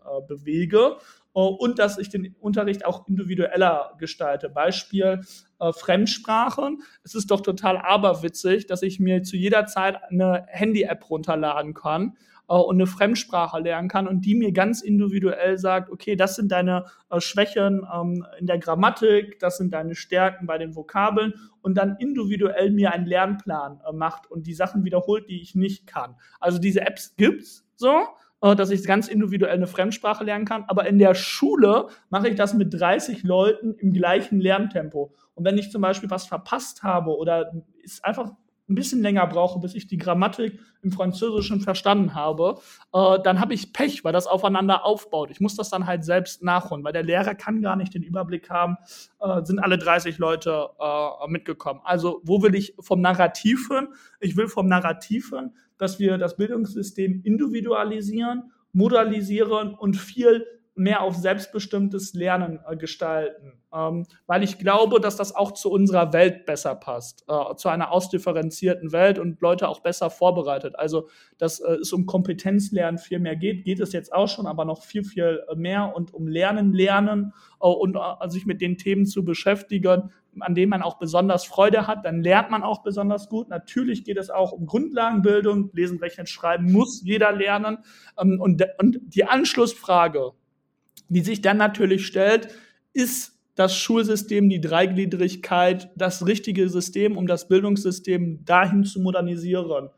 bewege und dass ich den Unterricht auch individueller gestalte. Beispiel Fremdsprachen. Es ist doch total aberwitzig, dass ich mir zu jeder Zeit eine Handy-App runterladen kann und eine Fremdsprache lernen kann und die mir ganz individuell sagt, okay, das sind deine Schwächen in der Grammatik, das sind deine Stärken bei den Vokabeln und dann individuell mir einen Lernplan macht und die Sachen wiederholt, die ich nicht kann. Also diese Apps gibt's so, dass ich ganz individuell eine Fremdsprache lernen kann, aber in der Schule mache ich das mit 30 Leuten im gleichen Lerntempo. Und wenn ich zum Beispiel was verpasst habe oder es einfach ein bisschen länger brauche, bis ich die Grammatik im Französischen verstanden habe, dann habe ich Pech, weil das aufeinander aufbaut. Ich muss das dann halt selbst nachholen, weil der Lehrer kann gar nicht den Überblick haben, sind alle 30 Leute mitgekommen. Also wo will ich vom Narrativ hin? Ich will vom Narrativ hin, dass wir das Bildungssystem individualisieren, modalisieren und viel mehr auf selbstbestimmtes Lernen gestalten. Weil ich glaube, dass das auch zu unserer Welt besser passt, zu einer ausdifferenzierten Welt und Leute auch besser vorbereitet. Also, dass es um Kompetenzlernen viel mehr geht es jetzt auch schon, aber noch viel, viel mehr und um Lernen und sich mit den Themen zu beschäftigen, an denen man auch besonders Freude hat, dann lernt man auch besonders gut. Natürlich geht es auch um Grundlagenbildung, Lesen, Rechnen, Schreiben muss jeder lernen. Und die Anschlussfrage, die sich dann natürlich stellt, ist das Schulsystem, die Dreigliedrigkeit, das richtige System, um das Bildungssystem dahin zu modernisieren?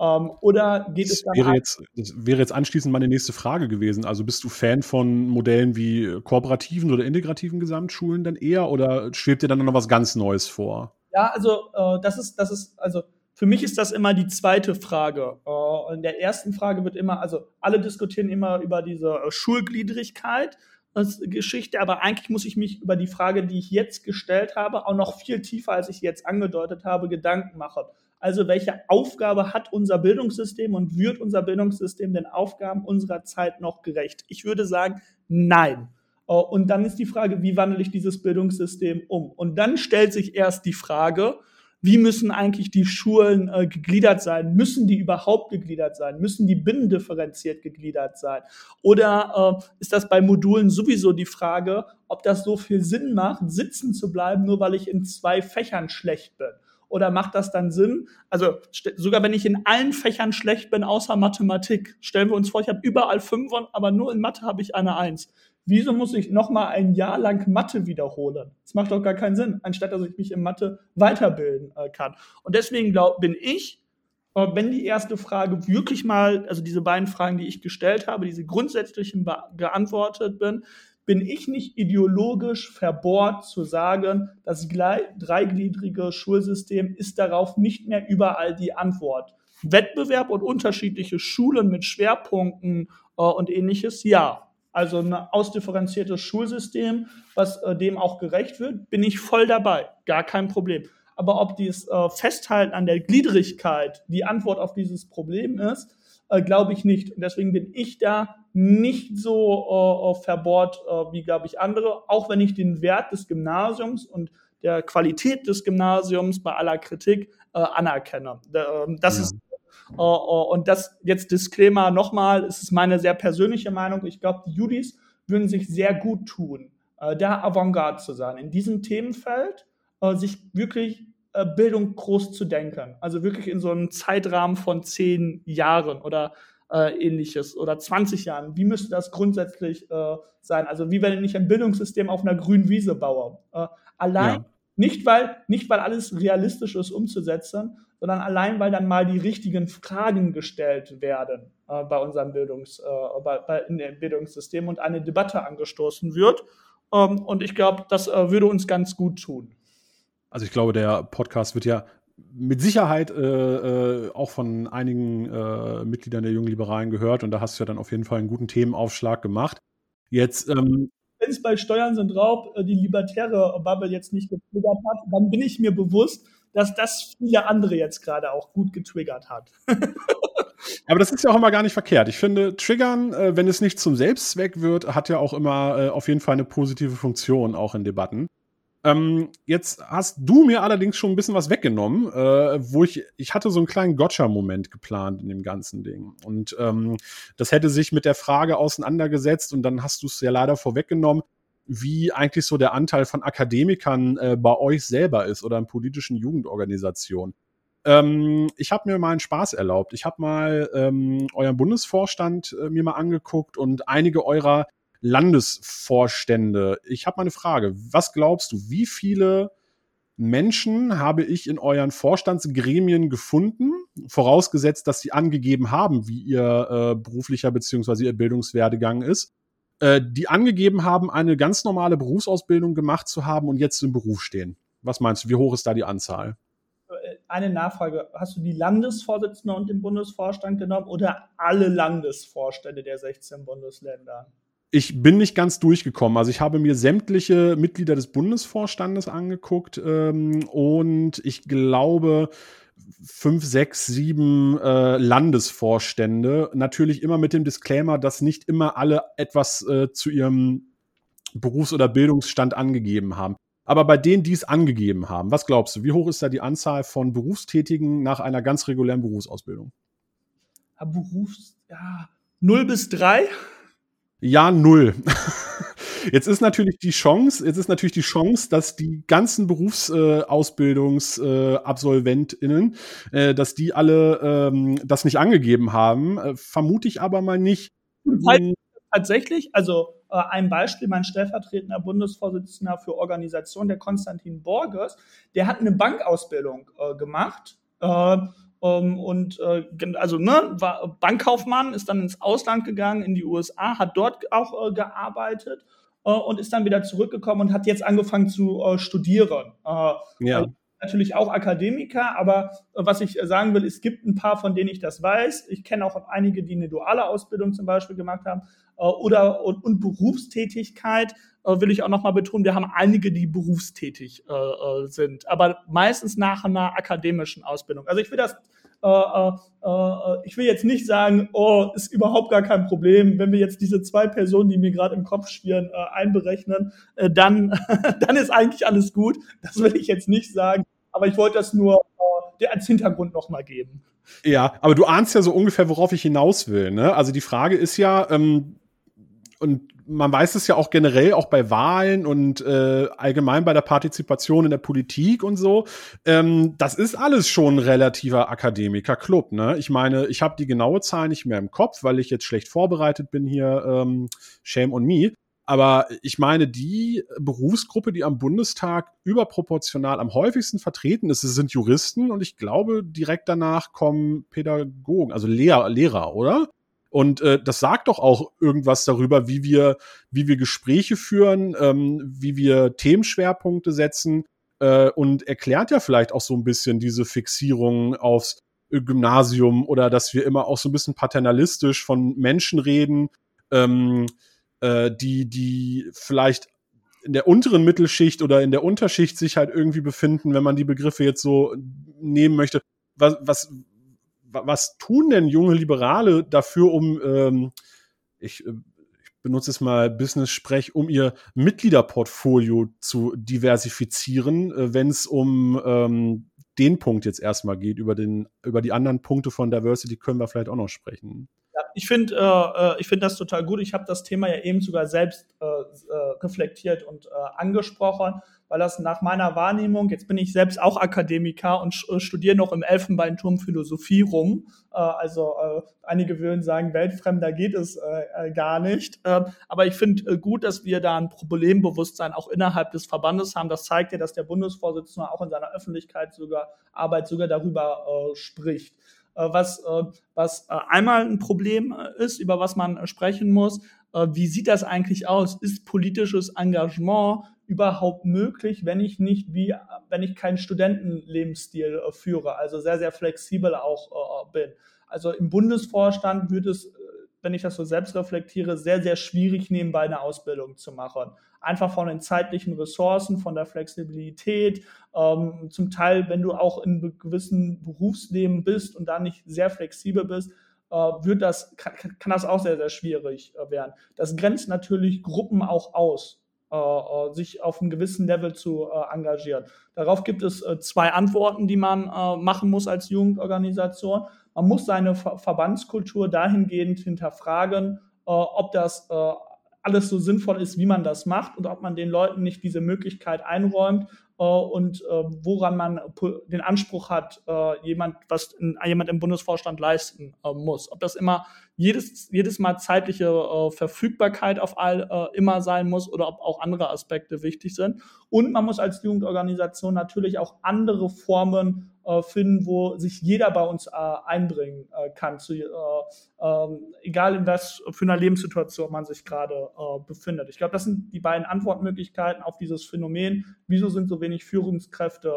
Oder geht es dann Das wäre jetzt anschließend meine nächste Frage gewesen. Also bist du Fan von Modellen wie kooperativen oder integrativen Gesamtschulen dann eher oder schwebt dir dann noch was ganz Neues vor? Ja, also das ist, also für mich ist das immer die zweite Frage. In der ersten Frage wird immer, also alle diskutieren immer über diese Schulgliedrigkeit, Geschichte, aber eigentlich muss ich mich über die Frage, die ich jetzt gestellt habe, auch noch viel tiefer, als ich jetzt angedeutet habe, Gedanken machen. Also welche Aufgabe hat unser Bildungssystem und wird unser Bildungssystem den Aufgaben unserer Zeit noch gerecht? Ich würde sagen, nein. Und dann ist die Frage, wie wandle ich dieses Bildungssystem um? Und dann stellt sich erst die Frage, wie müssen eigentlich die Schulen gegliedert sein? Müssen die überhaupt gegliedert sein? Müssen die binnendifferenziert gegliedert sein? Oder ist das bei Modulen sowieso die Frage, ob das so viel Sinn macht, sitzen zu bleiben, nur weil ich in 2 Fächern schlecht bin? Oder macht das dann Sinn? Also sogar wenn ich in allen Fächern schlecht bin, außer Mathematik, stellen wir uns vor, ich habe überall 5, aber nur in Mathe habe ich eine 1. Wieso muss ich nochmal ein Jahr lang Mathe wiederholen? Das macht doch gar keinen Sinn, anstatt dass ich mich in Mathe weiterbilden kann. Und deswegen bin ich, wenn die erste Frage wirklich mal, also diese beiden Fragen, die ich gestellt habe, diese grundsätzlichen geantwortet bin ich nicht ideologisch verbohrt zu sagen, das dreigliedrige Schulsystem ist darauf nicht mehr überall die Antwort. Wettbewerb und unterschiedliche Schulen mit Schwerpunkten und ähnliches, ja. Also ein ausdifferenziertes Schulsystem, was dem auch gerecht wird, bin ich voll dabei. Gar kein Problem. Aber ob dieses Festhalten an der Gliedrigkeit die Antwort auf dieses Problem ist, glaube ich nicht. Und deswegen bin ich da nicht so verbohrt wie, glaube ich, andere, auch wenn ich den Wert des Gymnasiums und der Qualität des Gymnasiums bei aller Kritik anerkenne. Das ist und das jetzt Disclaimer nochmal, es ist meine sehr persönliche Meinung. Ich glaube, die Judis würden sich sehr gut tun, da Avantgarde zu sein, in diesem Themenfeld, sich wirklich Bildung groß zu denken. Also wirklich in so einem Zeitrahmen von 10 Jahren oder ähnliches oder 20 Jahren. Wie müsste das grundsätzlich sein? Also wie wenn ich ein Bildungssystem auf einer grünen Wiese baue. Allein nicht weil alles realistisch ist umzusetzen, sondern allein, weil dann mal die richtigen Fragen gestellt werden bei unserem in dem Bildungssystem und eine Debatte angestoßen wird. Und ich glaube, das würde uns ganz gut tun. Also ich glaube, der Podcast wird ja mit Sicherheit auch von einigen Mitgliedern der Jungen Liberalen gehört und da hast du ja dann auf jeden Fall einen guten Themenaufschlag gemacht. Jetzt wenn es bei Steuern sind Raub die libertäre Bubble jetzt nicht getriggert hat, dann bin ich mir bewusst, dass das viele andere jetzt gerade auch gut getriggert hat. Aber das ist ja auch immer gar nicht verkehrt. Ich finde, Triggern, wenn es nicht zum Selbstzweck wird, hat ja auch immer auf jeden Fall eine positive Funktion, auch in Debatten. Jetzt hast du mir allerdings schon ein bisschen was weggenommen, wo ich hatte so einen kleinen Gotcha-Moment geplant in dem ganzen Ding. Und das hätte sich mit der Frage auseinandergesetzt und dann hast du es ja leider vorweggenommen, wie eigentlich so der Anteil von Akademikern bei euch selber ist oder in politischen Jugendorganisationen. Ich habe mir mal einen Spaß erlaubt. Ich habe mal euren Bundesvorstand mir mal angeguckt und einige eurer Landesvorstände. Ich habe mal eine Frage. Was glaubst du, wie viele Menschen habe ich in euren Vorstandsgremien gefunden, vorausgesetzt, dass sie angegeben haben, wie ihr beruflicher bzw. ihr Bildungswerdegang ist, die angegeben haben, eine ganz normale Berufsausbildung gemacht zu haben und jetzt im Beruf stehen? Was meinst du, wie hoch ist da die Anzahl? Eine Nachfrage. Hast du die Landesvorsitzende und den Bundesvorstand genommen oder alle Landesvorstände der 16 Bundesländer? Ich bin nicht ganz durchgekommen. Also ich habe mir sämtliche Mitglieder des Bundesvorstandes angeguckt und ich glaube 5, 6, 7 Landesvorstände. Natürlich immer mit dem Disclaimer, dass nicht immer alle etwas zu ihrem Berufs- oder Bildungsstand angegeben haben. Aber bei denen, die es angegeben haben, was glaubst du, wie hoch ist da die Anzahl von Berufstätigen nach einer ganz regulären Berufsausbildung? 0 bis 3? Ja, 0. Jetzt ist natürlich die Chance, dass die ganzen Berufsausbildungsabsolventinnen, dass die alle das nicht angegeben haben. Vermute ich aber mal nicht. Tatsächlich, also ein Beispiel, mein stellvertretender Bundesvorsitzender für Organisation, der Konstantin Borges, der hat eine Bankausbildung gemacht. War Bankkaufmann, ist dann ins Ausland gegangen, in die USA, hat dort auch gearbeitet und ist dann wieder zurückgekommen und hat jetzt angefangen zu studieren. Natürlich auch Akademiker, aber was ich sagen will, es gibt ein paar, von denen ich das weiß. Ich kenne auch einige, die eine duale Ausbildung zum Beispiel gemacht haben und Berufstätigkeit will ich auch nochmal betonen. Wir haben einige, die berufstätig sind, aber meistens nach einer akademischen Ausbildung. Also ich will jetzt nicht sagen, ist überhaupt gar kein Problem, wenn wir jetzt diese 2 Personen, die mir gerade im Kopf schwirren, einberechnen, dann ist eigentlich alles gut. Das will ich jetzt nicht sagen, aber ich wollte das nur als Hintergrund nochmal geben. Ja, aber du ahnst ja so ungefähr, worauf ich hinaus will, ne? Also die Frage ist ja, und man weiß es ja auch generell, auch bei Wahlen und allgemein bei der Partizipation in der Politik und so, das ist alles schon ein relativer Akademiker-Club, ne? Ich meine, ich habe die genaue Zahl nicht mehr im Kopf, weil ich jetzt schlecht vorbereitet bin hier, shame on me. Aber ich meine, die Berufsgruppe, die am Bundestag überproportional am häufigsten vertreten ist, sind Juristen und ich glaube, direkt danach kommen Pädagogen, also Lehrer, oder? Und das sagt doch auch irgendwas darüber, wie wir Gespräche führen, wie wir Themenschwerpunkte setzen und erklärt ja vielleicht auch so ein bisschen diese Fixierung aufs Gymnasium oder dass wir immer auch so ein bisschen paternalistisch von Menschen reden, die vielleicht in der unteren Mittelschicht oder in der Unterschicht sich halt irgendwie befinden, wenn man die Begriffe jetzt so nehmen möchte. was tun denn junge Liberale dafür, um, ich benutze es mal Business-Sprech, um ihr Mitgliederportfolio zu diversifizieren, wenn es um den Punkt jetzt erstmal geht. Über die anderen Punkte von Diversity können wir vielleicht auch noch sprechen. Ja, ich find das total gut. Ich habe das Thema ja eben sogar selbst reflektiert und angesprochen, weil das nach meiner Wahrnehmung, jetzt bin ich selbst auch Akademiker und studiere noch im Elfenbeinturm Philosophie rum. Einige würden sagen, weltfremder geht es gar nicht. Aber ich finde gut, dass wir da ein Problembewusstsein auch innerhalb des Verbandes haben. Das zeigt ja, dass der Bundesvorsitzende auch in seiner Arbeit sogar darüber spricht. Was einmal ein Problem ist, über was man sprechen muss. Wie sieht das eigentlich aus? Ist politisches Engagement überhaupt möglich, wenn ich keinen Studentenlebensstil führe, also sehr, sehr flexibel auch bin? Also im Bundesvorstand wird es, wenn ich das so selbst reflektiere, sehr, sehr schwierig, nebenbei eine Ausbildung zu machen. Einfach von den zeitlichen Ressourcen, von der Flexibilität. Zum Teil, wenn du auch in gewissen Berufsleben bist und da nicht sehr flexibel bist, kann das auch sehr, sehr schwierig werden. Das grenzt natürlich Gruppen auch aus, sich auf einem gewissen Level zu engagieren. Darauf gibt es zwei Antworten, die man machen muss als Jugendorganisation. Man muss seine Verbandskultur dahingehend hinterfragen, ob das alles so sinnvoll ist, wie man das macht und ob man den Leuten nicht diese Möglichkeit einräumt und woran man den Anspruch hat, jemand im Bundesvorstand leisten muss. Ob das immer jedes Mal zeitliche Verfügbarkeit auf immer sein muss oder ob auch andere Aspekte wichtig sind. Und man muss als Jugendorganisation natürlich auch andere Formen finden, wo sich jeder bei uns einbringen kann, egal in was für einer Lebenssituation man sich gerade befindet. Ich glaube, das sind die beiden Antwortmöglichkeiten auf dieses Phänomen. Wieso sind so wenig Führungskräfte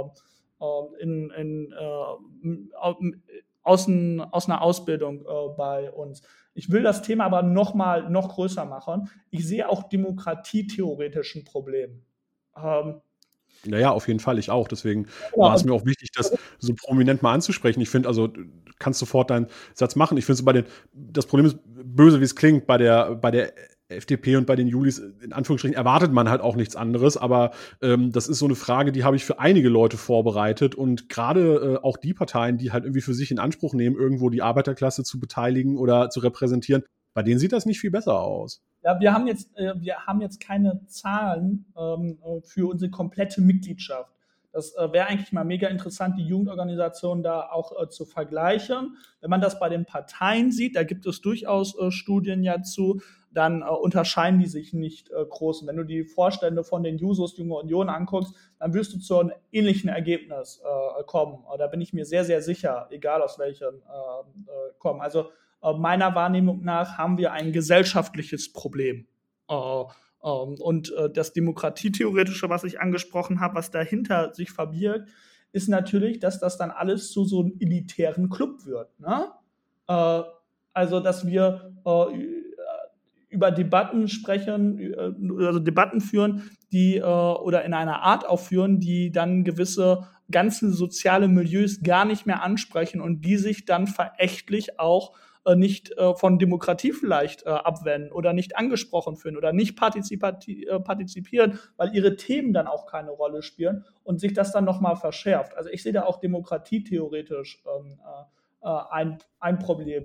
aus einer Ausbildung bei uns? Ich will das Thema aber noch größer machen. Ich sehe auch demokratietheoretisch ein Problem. Ja, auf jeden Fall, ich auch. Deswegen war es mir auch wichtig, das so prominent mal anzusprechen. Ich finde, also, du kannst sofort deinen Satz machen. Ich finde das Problem ist, böse wie es klingt, bei der FDP und bei den Julis, in Anführungsstrichen, erwartet man halt auch nichts anderes. Aber das ist so eine Frage, die habe ich für einige Leute vorbereitet. Und gerade auch die Parteien, die halt irgendwie für sich in Anspruch nehmen, irgendwo die Arbeiterklasse zu beteiligen oder zu repräsentieren, bei denen sieht das nicht viel besser aus. Ja, wir haben jetzt keine Zahlen für unsere komplette Mitgliedschaft. Das wäre eigentlich mal mega interessant, die Jugendorganisationen da auch zu vergleichen. Wenn man das bei den Parteien sieht, da gibt es durchaus Studien ja zu, dann unterscheiden die sich nicht groß. Und wenn du die Vorstände von den Jusos, Junge Union, anguckst, dann wirst du zu einem ähnlichen Ergebnis kommen. Da bin ich mir sehr, sehr sicher, egal aus welchem kommen. Also meiner Wahrnehmung nach haben wir ein gesellschaftliches Problem. Und das Demokratietheoretische, was ich angesprochen habe, was dahinter sich verbirgt, ist natürlich, dass das dann alles zu so einem elitären Club wird. Ne? Also, dass wir über Debatten sprechen, also Debatten führen, die oder in einer Art aufführen, die dann gewisse ganze soziale Milieus gar nicht mehr ansprechen und die sich dann verächtlich auch nicht von Demokratie vielleicht abwenden oder nicht angesprochen fühlen oder nicht partizipieren, weil ihre Themen dann auch keine Rolle spielen und sich das dann nochmal verschärft. Also ich sehe da auch demokratietheoretisch ein Problem.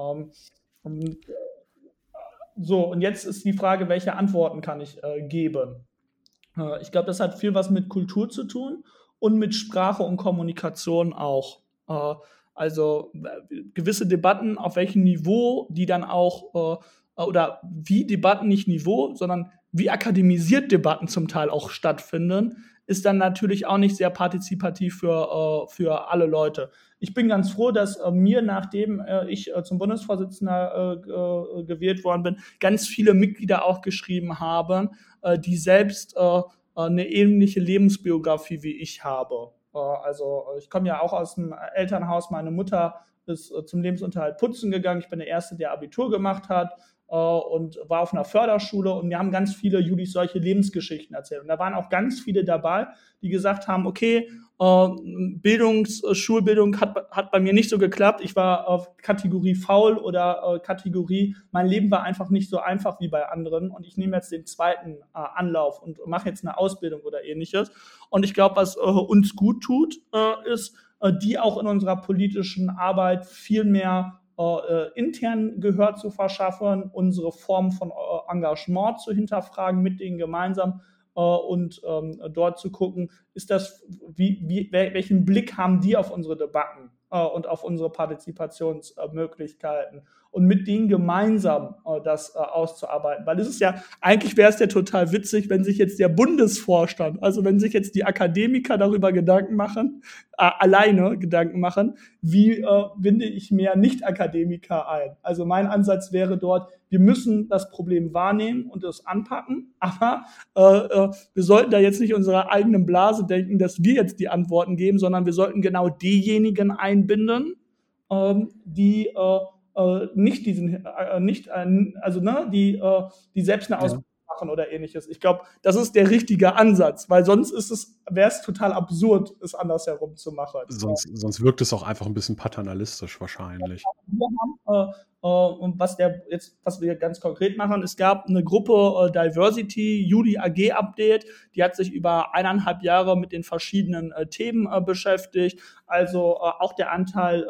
Und jetzt ist die Frage, welche Antworten kann ich geben? Ich glaube, das hat viel was mit Kultur zu tun und mit Sprache und Kommunikation auch. Also gewisse Debatten, auf welchem Niveau die dann auch, oder wie Debatten nicht Niveau, sondern wie akademisiert Debatten zum Teil auch stattfinden, ist dann natürlich auch nicht sehr partizipativ für alle Leute. Ich bin ganz froh, dass mir, nachdem ich zum Bundesvorsitzender gewählt worden bin, ganz viele Mitglieder auch geschrieben haben, die selbst eine ähnliche Lebensbiografie wie ich habe. Also ich komme ja auch aus dem Elternhaus. Meine Mutter ist zum Lebensunterhalt putzen gegangen. Ich bin der Erste, der Abitur gemacht hat und war auf einer Förderschule. Und mir haben ganz viele Julis solche Lebensgeschichten erzählt. Und da waren auch ganz viele dabei, die gesagt haben, okay, Schulbildung hat bei mir nicht so geklappt. Ich war auf Kategorie faul oder Kategorie, mein Leben war einfach nicht so einfach wie bei anderen und ich nehme jetzt den zweiten Anlauf und mache jetzt eine Ausbildung oder ähnliches. Und ich glaube, was uns gut tut, ist, die auch in unserer politischen Arbeit viel mehr intern Gehör zu verschaffen, unsere Form von Engagement zu hinterfragen, mit denen gemeinsam und dort zu gucken, ist das, welchen Blick haben die auf unsere Debatten und auf unsere Partizipationsmöglichkeiten und mit denen gemeinsam das auszuarbeiten. Weil es ist ja, eigentlich wäre es ja total witzig, wenn sich jetzt der Bundesvorstand, also wenn sich jetzt die Akademiker darüber alleine Gedanken machen, wie binde ich mehr Nicht-Akademiker ein. Also mein Ansatz wäre dort, wir müssen das Problem wahrnehmen und es anpacken, aber wir sollten da jetzt nicht unserer eigenen Blase denken, dass wir jetzt die Antworten geben, sondern wir sollten genau diejenigen einbinden, die nicht diesen, die selbst eine Ausbildung machen oder ähnliches. Ich glaube, das ist der richtige Ansatz, weil sonst wäre es total absurd, es andersherum zu machen. Sonst wirkt es auch einfach ein bisschen paternalistisch wahrscheinlich. Wir haben, und was wir ganz konkret machen, es gab eine Gruppe Diversity, Juli AG Update, die hat sich über 1,5 Jahre mit den verschiedenen Themen beschäftigt. Also auch der Anteil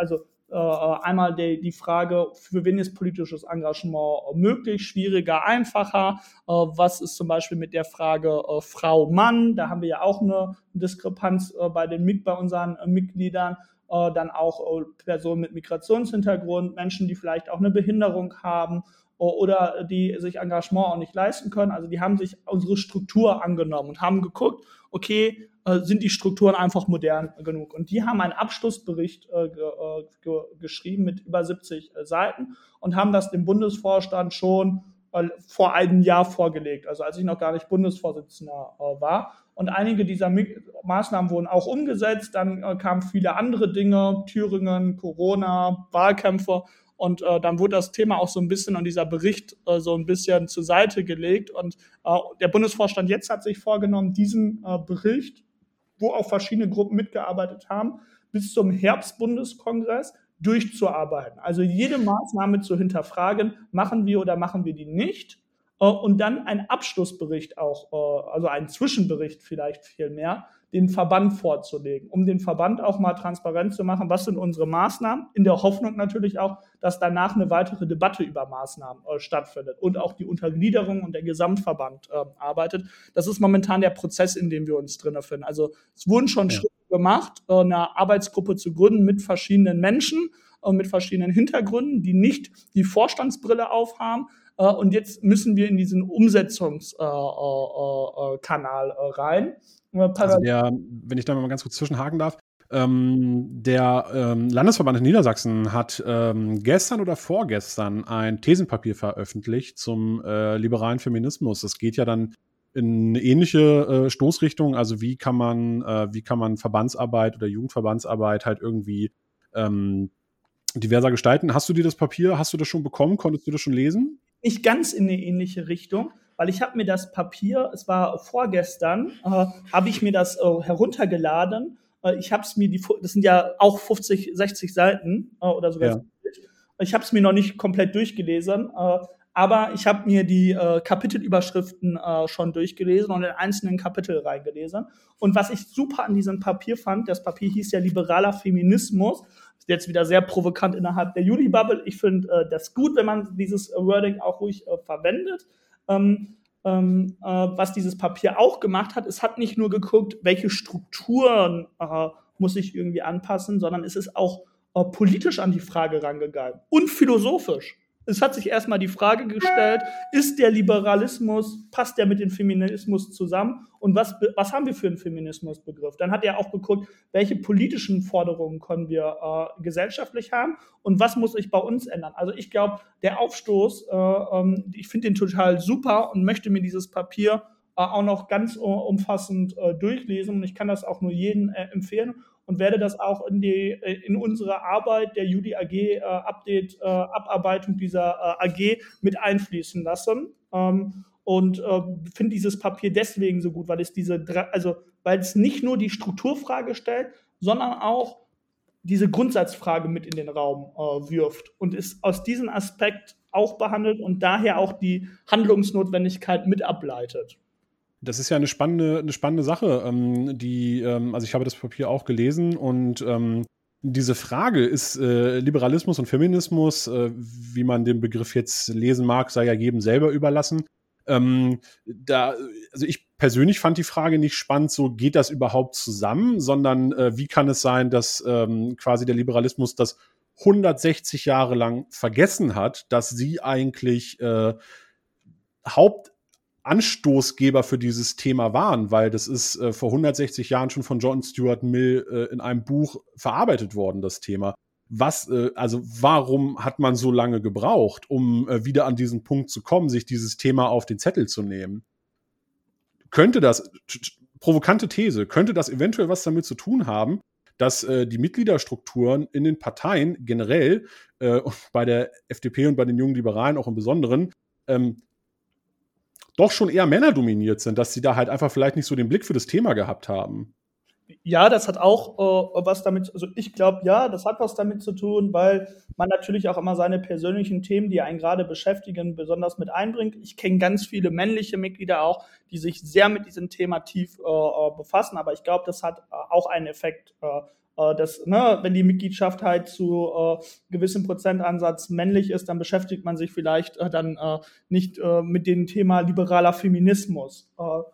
einmal die Frage, für wen ist politisches Engagement möglich, schwieriger, einfacher? Was ist zum Beispiel mit der Frage Frau, Mann? Da haben wir ja auch eine Diskrepanz bei unseren Mitgliedern. Dann auch Personen mit Migrationshintergrund, Menschen, die vielleicht auch eine Behinderung haben oder die sich Engagement auch nicht leisten können. Also die haben sich unsere Struktur angenommen und haben geguckt, okay, sind die Strukturen einfach modern genug? Und die haben einen Abschlussbericht geschrieben mit über 70 Seiten und haben das dem Bundesvorstand schon vor einem Jahr vorgelegt, also als ich noch gar nicht Bundesvorsitzender war. Und einige dieser Maßnahmen wurden auch umgesetzt. Dann kamen viele andere Dinge, Thüringen, Corona, Wahlkämpfe. Und dann wurde das Thema auch so ein bisschen und dieser Bericht so ein bisschen zur Seite gelegt. Und der Bundesvorstand jetzt hat sich vorgenommen, diesen Bericht, wo auch verschiedene Gruppen mitgearbeitet haben, bis zum Herbstbundeskongress durchzuarbeiten. Also jede Maßnahme zu hinterfragen, machen wir oder machen wir die nicht? Und dann einen Abschlussbericht auch, also einen Zwischenbericht vielleicht viel mehr, den Verband vorzulegen, um den Verband auch mal transparent zu machen, was sind unsere Maßnahmen, in der Hoffnung natürlich auch, dass danach eine weitere Debatte über Maßnahmen stattfindet und auch die Untergliederung und der Gesamtverband arbeitet. Das ist momentan der Prozess, in dem wir uns drin befinden. Also es wurden schon Schritte gemacht, eine Arbeitsgruppe zu gründen mit verschiedenen Menschen, mit verschiedenen Hintergründen, die nicht die Vorstandsbrille aufhaben. Und jetzt müssen wir in diesen Umsetzungskanal rein. Also wenn ich da mal ganz kurz zwischenhaken darf, der Landesverband in Niedersachsen hat gestern oder vorgestern ein Thesenpapier veröffentlicht zum liberalen Feminismus. Das geht ja dann in eine ähnliche Stoßrichtung. Also wie kann man Verbandsarbeit oder Jugendverbandsarbeit halt irgendwie diverser gestalten? Hast du dir das Papier, hast du das schon bekommen? Konntest du das schon lesen? Nicht ganz in eine ähnliche Richtung, weil ich habe mir das Papier, es war vorgestern, habe ich mir das heruntergeladen. Ich habe es mir, das sind ja auch 50, 60 Seiten oder sogar. Ja. Ich habe es mir noch nicht komplett durchgelesen, aber ich habe mir die Kapitelüberschriften schon durchgelesen und in einzelnen Kapitel reingelesen. Und was ich super an diesem Papier fand, das Papier hieß ja liberaler Feminismus, jetzt wieder sehr provokant innerhalb der Juli-Bubble. Ich finde das gut, wenn man dieses Wording auch ruhig verwendet. Was dieses Papier auch gemacht hat, es hat nicht nur geguckt, welche Strukturen muss ich irgendwie anpassen, sondern es ist auch politisch an die Frage rangegangen und philosophisch. Es hat sich erstmal die Frage gestellt, ist der Liberalismus, passt der mit dem Feminismus zusammen? Und was haben wir für einen Feminismusbegriff? Dann hat er auch geguckt, welche politischen Forderungen können wir gesellschaftlich haben und was muss sich bei uns ändern? Also ich glaube, der Aufstoß, ich finde den total super und möchte mir dieses Papier auch noch ganz umfassend durchlesen. Und ich kann das auch nur jedem empfehlen und werde das auch in unsere Arbeit der Juli AG Abarbeitung dieser AG mit einfließen lassen. und finde dieses Papier deswegen so gut, weil es nicht nur die Strukturfrage stellt, sondern auch diese Grundsatzfrage mit in den Raum wirft und ist aus diesem Aspekt auch behandelt und daher auch die Handlungsnotwendigkeit mit ableitet. Das ist ja eine spannende Sache. Also ich habe das Papier auch gelesen und diese Frage, ist Liberalismus und Feminismus, wie man den Begriff jetzt lesen mag, sei ja jedem selber überlassen. Also ich persönlich fand die Frage nicht spannend, so geht das überhaupt zusammen, sondern wie kann es sein, dass quasi der Liberalismus das 160 Jahre lang vergessen hat, dass sie eigentlich Hauptanstoßgeber für dieses Thema waren, weil das ist vor 160 Jahren schon von John Stuart Mill in einem Buch verarbeitet worden, das Thema. Also warum hat man so lange gebraucht, um wieder an diesen Punkt zu kommen, sich dieses Thema auf den Zettel zu nehmen? Provokante These, könnte das eventuell was damit zu tun haben, dass die Mitgliederstrukturen in den Parteien generell, bei der FDP und bei den jungen Liberalen auch im Besonderen, doch schon eher männerdominiert sind, dass sie da halt einfach vielleicht nicht so den Blick für das Thema gehabt haben? Ja, das hat auch was damit, also ich glaube, ja, das hat was damit zu tun, weil man natürlich auch immer seine persönlichen Themen, die einen gerade beschäftigen, besonders mit einbringt. Ich kenne ganz viele männliche Mitglieder auch, die sich sehr mit diesem Thema tief befassen, aber ich glaube, das hat auch einen Effekt, wenn die Mitgliedschaft halt zu gewissem Prozentansatz männlich ist, dann beschäftigt man sich vielleicht dann nicht mit dem Thema liberaler Feminismus.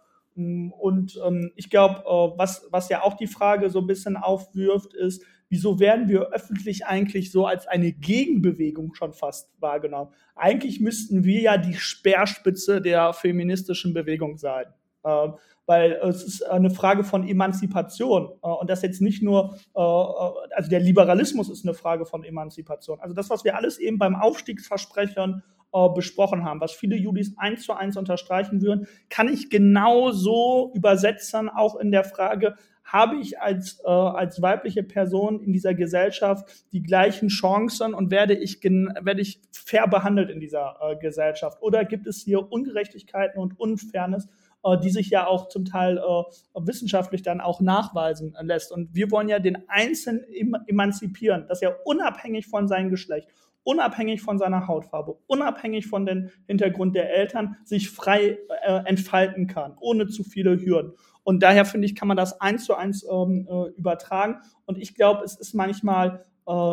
Ich glaube, was ja auch die Frage so ein bisschen aufwirft, ist, wieso werden wir öffentlich eigentlich so als eine Gegenbewegung schon fast wahrgenommen? Eigentlich müssten wir ja die Speerspitze der feministischen Bewegung sein. Weil es ist eine Frage von Emanzipation. Und das jetzt nicht nur, also der Liberalismus ist eine Frage von Emanzipation. Also das, was wir alles eben beim Aufstiegsversprechen besprochen haben, was viele Judis 1:1 unterstreichen würden, kann ich genauso übersetzen, auch in der Frage, habe ich als weibliche Person in dieser Gesellschaft die gleichen Chancen und werde ich fair behandelt in dieser Gesellschaft? Oder gibt es hier Ungerechtigkeiten und Unfairness, die sich ja auch zum Teil wissenschaftlich dann auch nachweisen lässt? Und wir wollen ja den Einzelnen emanzipieren, dass er unabhängig von seinem Geschlecht, unabhängig von seiner Hautfarbe, unabhängig von dem Hintergrund der Eltern sich frei entfalten kann, ohne zu viele Hürden. Und daher finde ich, kann man das 1:1 übertragen. Und ich glaube, es ist manchmal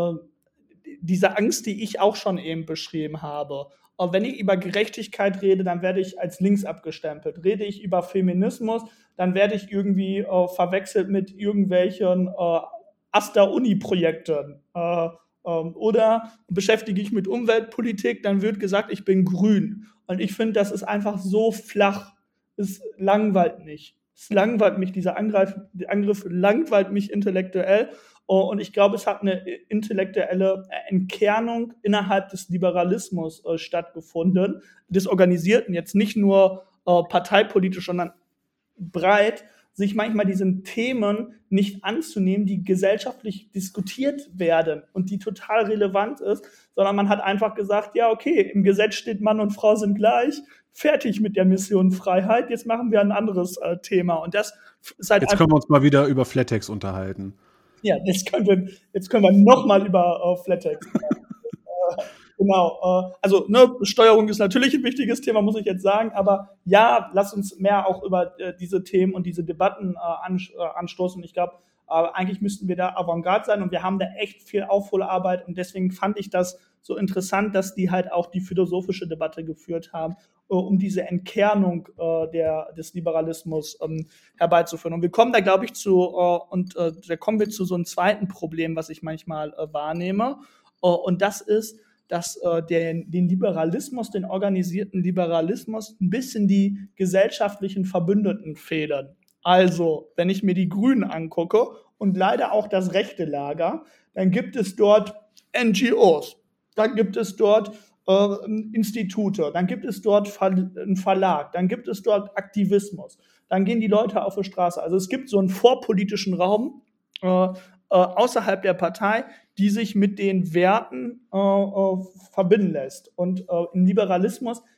diese Angst, die ich auch schon eben beschrieben habe. Wenn ich über Gerechtigkeit rede, dann werde ich als links abgestempelt. Rede ich über Feminismus, dann werde ich irgendwie verwechselt mit irgendwelchen Asta-Uni-Projekten. Oder beschäftige ich mit Umweltpolitik, dann wird gesagt, ich bin grün. Und ich finde, das ist einfach so flach. Es langweilt mich. Es langweilt mich, dieser Angriff langweilt mich intellektuell. Und ich glaube, es hat eine intellektuelle Entkernung innerhalb des Liberalismus stattgefunden, des Organisierten, jetzt nicht nur parteipolitisch, sondern breit, sich manchmal diesen Themen nicht anzunehmen, die gesellschaftlich diskutiert werden und die total relevant ist, sondern man hat einfach gesagt, ja, okay, im Gesetz steht, Mann und Frau sind gleich, fertig mit der Mission Freiheit, jetzt machen wir ein anderes Thema. Und das ist halt jetzt können wir uns mal wieder über Flattex unterhalten. Ja, jetzt können wir nochmal über Flattex genau. Also Besteuerung ist natürlich ein wichtiges Thema, muss ich jetzt sagen. Aber ja, lass uns mehr auch über diese Themen und diese Debatten anstoßen. Ich glaube, eigentlich müssten wir da Avantgarde sein. Und wir haben da echt viel Aufholarbeit. Und deswegen fand ich das so interessant, dass die halt auch die philosophische Debatte geführt haben, um diese Entkernung des Liberalismus herbeizuführen. Und wir kommen da, glaube ich, da kommen wir zu so einem zweiten Problem, was ich manchmal wahrnehme. Und das ist, dass den Liberalismus, den organisierten Liberalismus, ein bisschen die gesellschaftlichen Verbündeten fehlen. Also, wenn ich mir die Grünen angucke und leider auch das rechte Lager, dann gibt es dort NGOs, dann gibt es dort Institute, dann gibt es dort einen Verlag, dann gibt es dort Aktivismus, dann gehen die Leute auf die Straße. Also es gibt so einen vorpolitischen Raum außerhalb der Partei, die sich mit den Werten verbinden lässt. Und im Liberalismus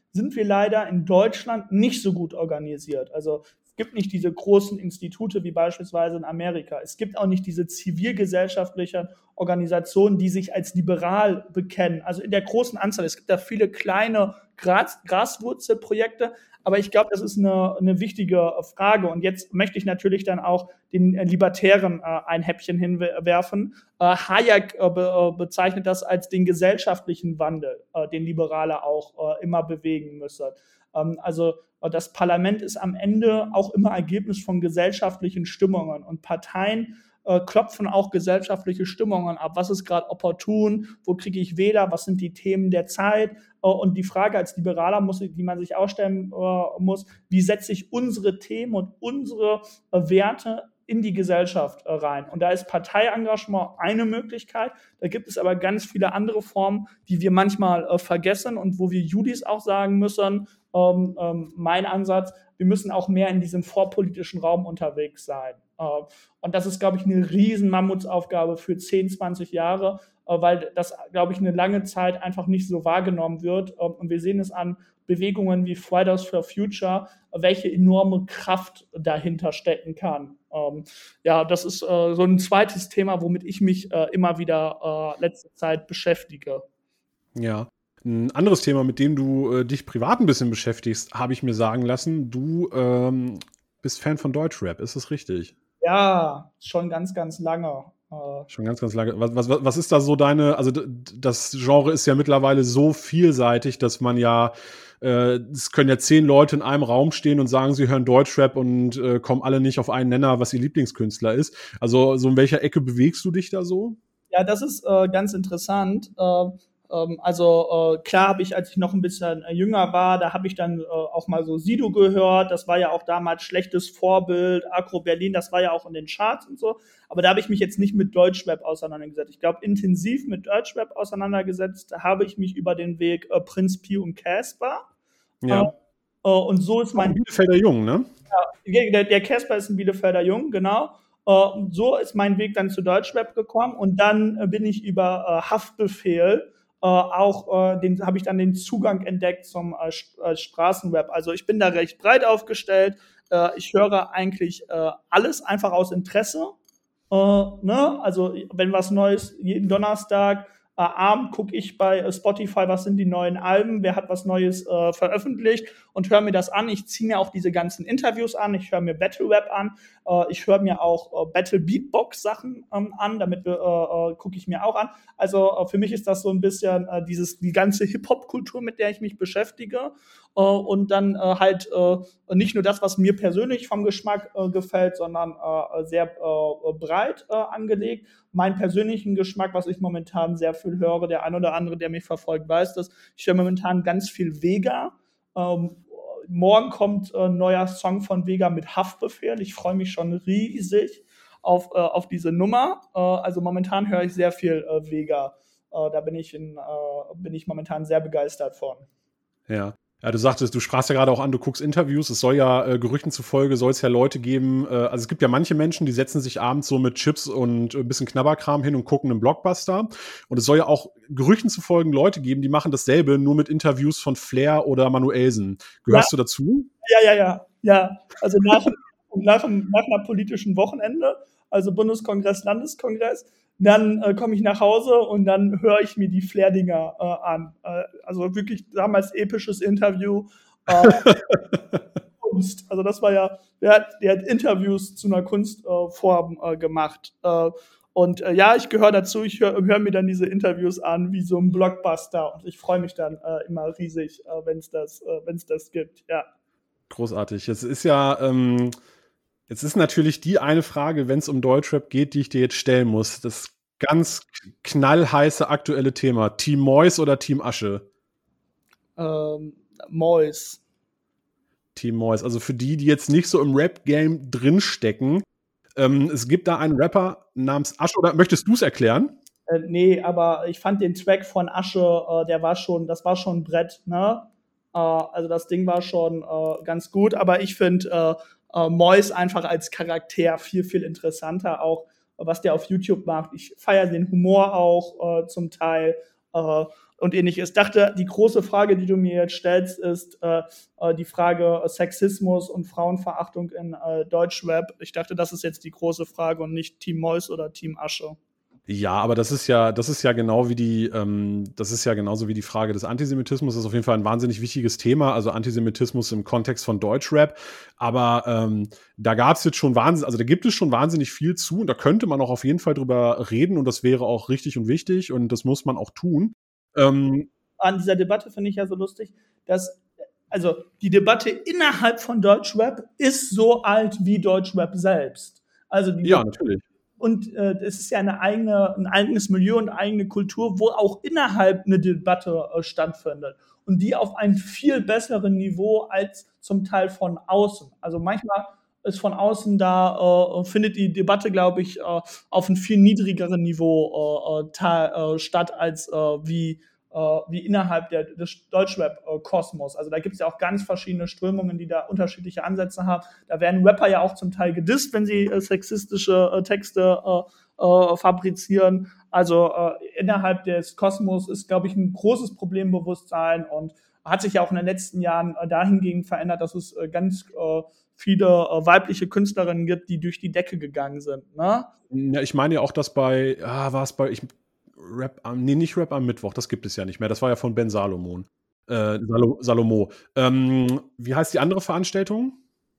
sind wir leider in Deutschland nicht so gut organisiert. Also es gibt nicht diese großen Institute wie beispielsweise in Amerika. Es gibt auch nicht diese zivilgesellschaftlichen Organisationen, die sich als liberal bekennen. Also in der großen Anzahl. Es gibt da viele kleine Graswurzelprojekte, aber ich glaube, das ist eine wichtige Frage. Und jetzt möchte ich natürlich dann auch den Libertären ein Häppchen hinwerfen. Hayek bezeichnet das als den gesellschaftlichen Wandel, den Liberale auch immer bewegen müssen. Also das Parlament ist am Ende auch immer Ergebnis von gesellschaftlichen Stimmungen und Parteien klopfen auch gesellschaftliche Stimmungen ab. Was ist gerade opportun? Wo kriege ich Wähler? Was sind die Themen der Zeit? Und die Frage als Liberaler, die man sich auch stellen muss, wie setze ich unsere Themen und unsere Werte in die Gesellschaft rein? Und da ist Parteiengagement eine Möglichkeit. Da gibt es aber ganz viele andere Formen, die wir manchmal vergessen und wo wir Judis auch sagen müssen, mein Ansatz, wir müssen auch mehr in diesem vorpolitischen Raum unterwegs sein. Und das ist, glaube ich, eine riesen Mammutsaufgabe für 10, 20 Jahre, weil das, glaube ich, eine lange Zeit einfach nicht so wahrgenommen wird. Und wir sehen es an Bewegungen wie Fridays for Future, welche enorme Kraft dahinter stecken kann. Ja, das ist so ein zweites Thema, womit ich mich immer wieder letzte Zeit beschäftige. Ja. Ein anderes Thema, mit dem du dich privat ein bisschen beschäftigst, habe ich mir sagen lassen. Du bist Fan von Deutschrap, ist das richtig? Ja, schon ganz, ganz lange. Schon ganz, ganz lange. Was ist da so deine, also das Genre ist ja mittlerweile so vielseitig, dass man ja, es können ja 10 Leute in einem Raum stehen und sagen, sie hören Deutschrap und kommen alle nicht auf einen Nenner, was ihr Lieblingskünstler ist. Also so in welcher Ecke bewegst du dich da so? Ja, das ist ganz interessant. Klar habe ich, als ich noch ein bisschen jünger war, da habe ich dann auch mal so Sido gehört. Das war ja auch damals schlechtes Vorbild. Agro Berlin, das war ja auch in den Charts und so. Aber da habe ich mich jetzt nicht mit Deutschrap auseinandergesetzt. Ich glaube, intensiv mit Deutschrap auseinandergesetzt habe ich mich über den Weg Prinz Pi und Casper. Ja. Und so ist mein Bielefelder Jung, ne? Der Casper ist ein Bielefelder Jung, genau. So ist mein Weg dann zu Deutschrap gekommen und dann bin ich über Haftbefehl den habe ich dann den Zugang entdeckt zum Straßenrap. Also ich bin da recht breit aufgestellt. Ich höre eigentlich alles einfach aus Interesse. Ne? Also wenn was Neues, jeden Donnerstag Abend gucke ich bei Spotify, was sind die neuen Alben, wer hat was Neues veröffentlicht und höre mir das an. Ich ziehe mir auch diese ganzen Interviews an, ich höre mir Battle Rap an, ich höre mir auch Battle Beatbox Sachen an, damit gucke ich mir auch an. Also für mich ist das so ein bisschen die ganze Hip-Hop-Kultur, mit der ich mich beschäftige und dann nicht nur das, was mir persönlich vom Geschmack gefällt, sondern sehr breit angelegt. Meinen persönlichen Geschmack, was ich momentan sehr viel höre, der ein oder andere, der mich verfolgt, weiß das. Ich höre momentan ganz viel Vega. Morgen kommt ein neuer Song von Vega mit Haftbefehl. Ich freue mich schon riesig auf diese Nummer. Also momentan höre ich sehr viel Vega. Da bin ich momentan sehr begeistert von. Ja. Ja, du sagtest, du sprachst ja gerade auch an, du guckst Interviews. Es soll ja, Gerüchten zufolge, soll es ja Leute geben, also es gibt ja manche Menschen, die setzen sich abends so mit Chips und ein bisschen Knabberkram hin und gucken einen Blockbuster. Und es soll ja auch Gerüchten zufolge Leute geben, die machen dasselbe, nur mit Interviews von Flair oder Manuelsen. Gehörst du dazu? Ja. Also nach einer politischen Wochenende, also Bundeskongress, Landeskongress, dann komme ich nach Hause und dann höre ich mir die Flair-Dinger an. Also wirklich damals episches Interview. Kunst. Also das war ja, der hat Interviews zu einer Kunstform gemacht. Ja, ich gehöre dazu, ich hör mir dann diese Interviews an wie so ein Blockbuster und ich freue mich dann immer riesig, wenn es das gibt, ja. Großartig. Jetzt ist ja, jetzt ist natürlich die eine Frage, wenn es um Deutschrap geht, die ich dir jetzt stellen muss. Das ganz knallheiße aktuelle Thema. Team Mois oder Team Asche? Mois. Team Mois. Also für die jetzt nicht so im Rap-Game drinstecken, es gibt da einen Rapper namens Asche, oder möchtest du es erklären? Nee, aber ich fand den Track von Asche, das war schon ein Brett, ne? Also das Ding war schon ganz gut, aber ich finde Mois einfach als Charakter viel, viel interessanter, auch was der auf YouTube macht. Ich feiere den Humor auch zum Teil und ähnliches. Ich dachte, die große Frage, die du mir jetzt stellst, ist die Frage Sexismus und Frauenverachtung in Deutschrap. Ich dachte, das ist jetzt die große Frage und nicht Team Mois oder Team Asche. Ja, aber das ist ja genau wie das ist ja genauso wie die Frage des Antisemitismus. Das ist auf jeden Fall ein wahnsinnig wichtiges Thema, also Antisemitismus im Kontext von Deutschrap. Aber da gibt es schon wahnsinnig viel zu und da könnte man auch auf jeden Fall drüber reden und das wäre auch richtig und wichtig und das muss man auch tun. An dieser Debatte finde ich ja so lustig, dass also die Debatte innerhalb von Deutschrap ist so alt wie Deutschrap selbst. Also ja, natürlich. Und es ist ja ein eigenes Milieu und eine eigene Kultur, wo auch innerhalb eine Debatte stattfindet. Und die auf einem viel besseren Niveau als zum Teil von außen. Also manchmal ist von außen da, findet die Debatte, glaube ich, auf einem viel niedrigeren Niveau statt, als wie innerhalb des Deutschrap-Kosmos. Also da gibt es ja auch ganz verschiedene Strömungen, die da unterschiedliche Ansätze haben. Da werden Rapper ja auch zum Teil gedisst, wenn sie sexistische Texte fabrizieren. Also innerhalb des Kosmos ist, glaube ich, ein großes Problembewusstsein und hat sich ja auch in den letzten Jahren dahingehend verändert, dass es ganz viele weibliche Künstlerinnen gibt, die durch die Decke gegangen sind. Ne? Ja, ich meine ja auch, dass nicht Rap am Mittwoch, das gibt es ja nicht mehr. Das war ja von Ben Salomon. Salomo. Wie heißt die andere Veranstaltung?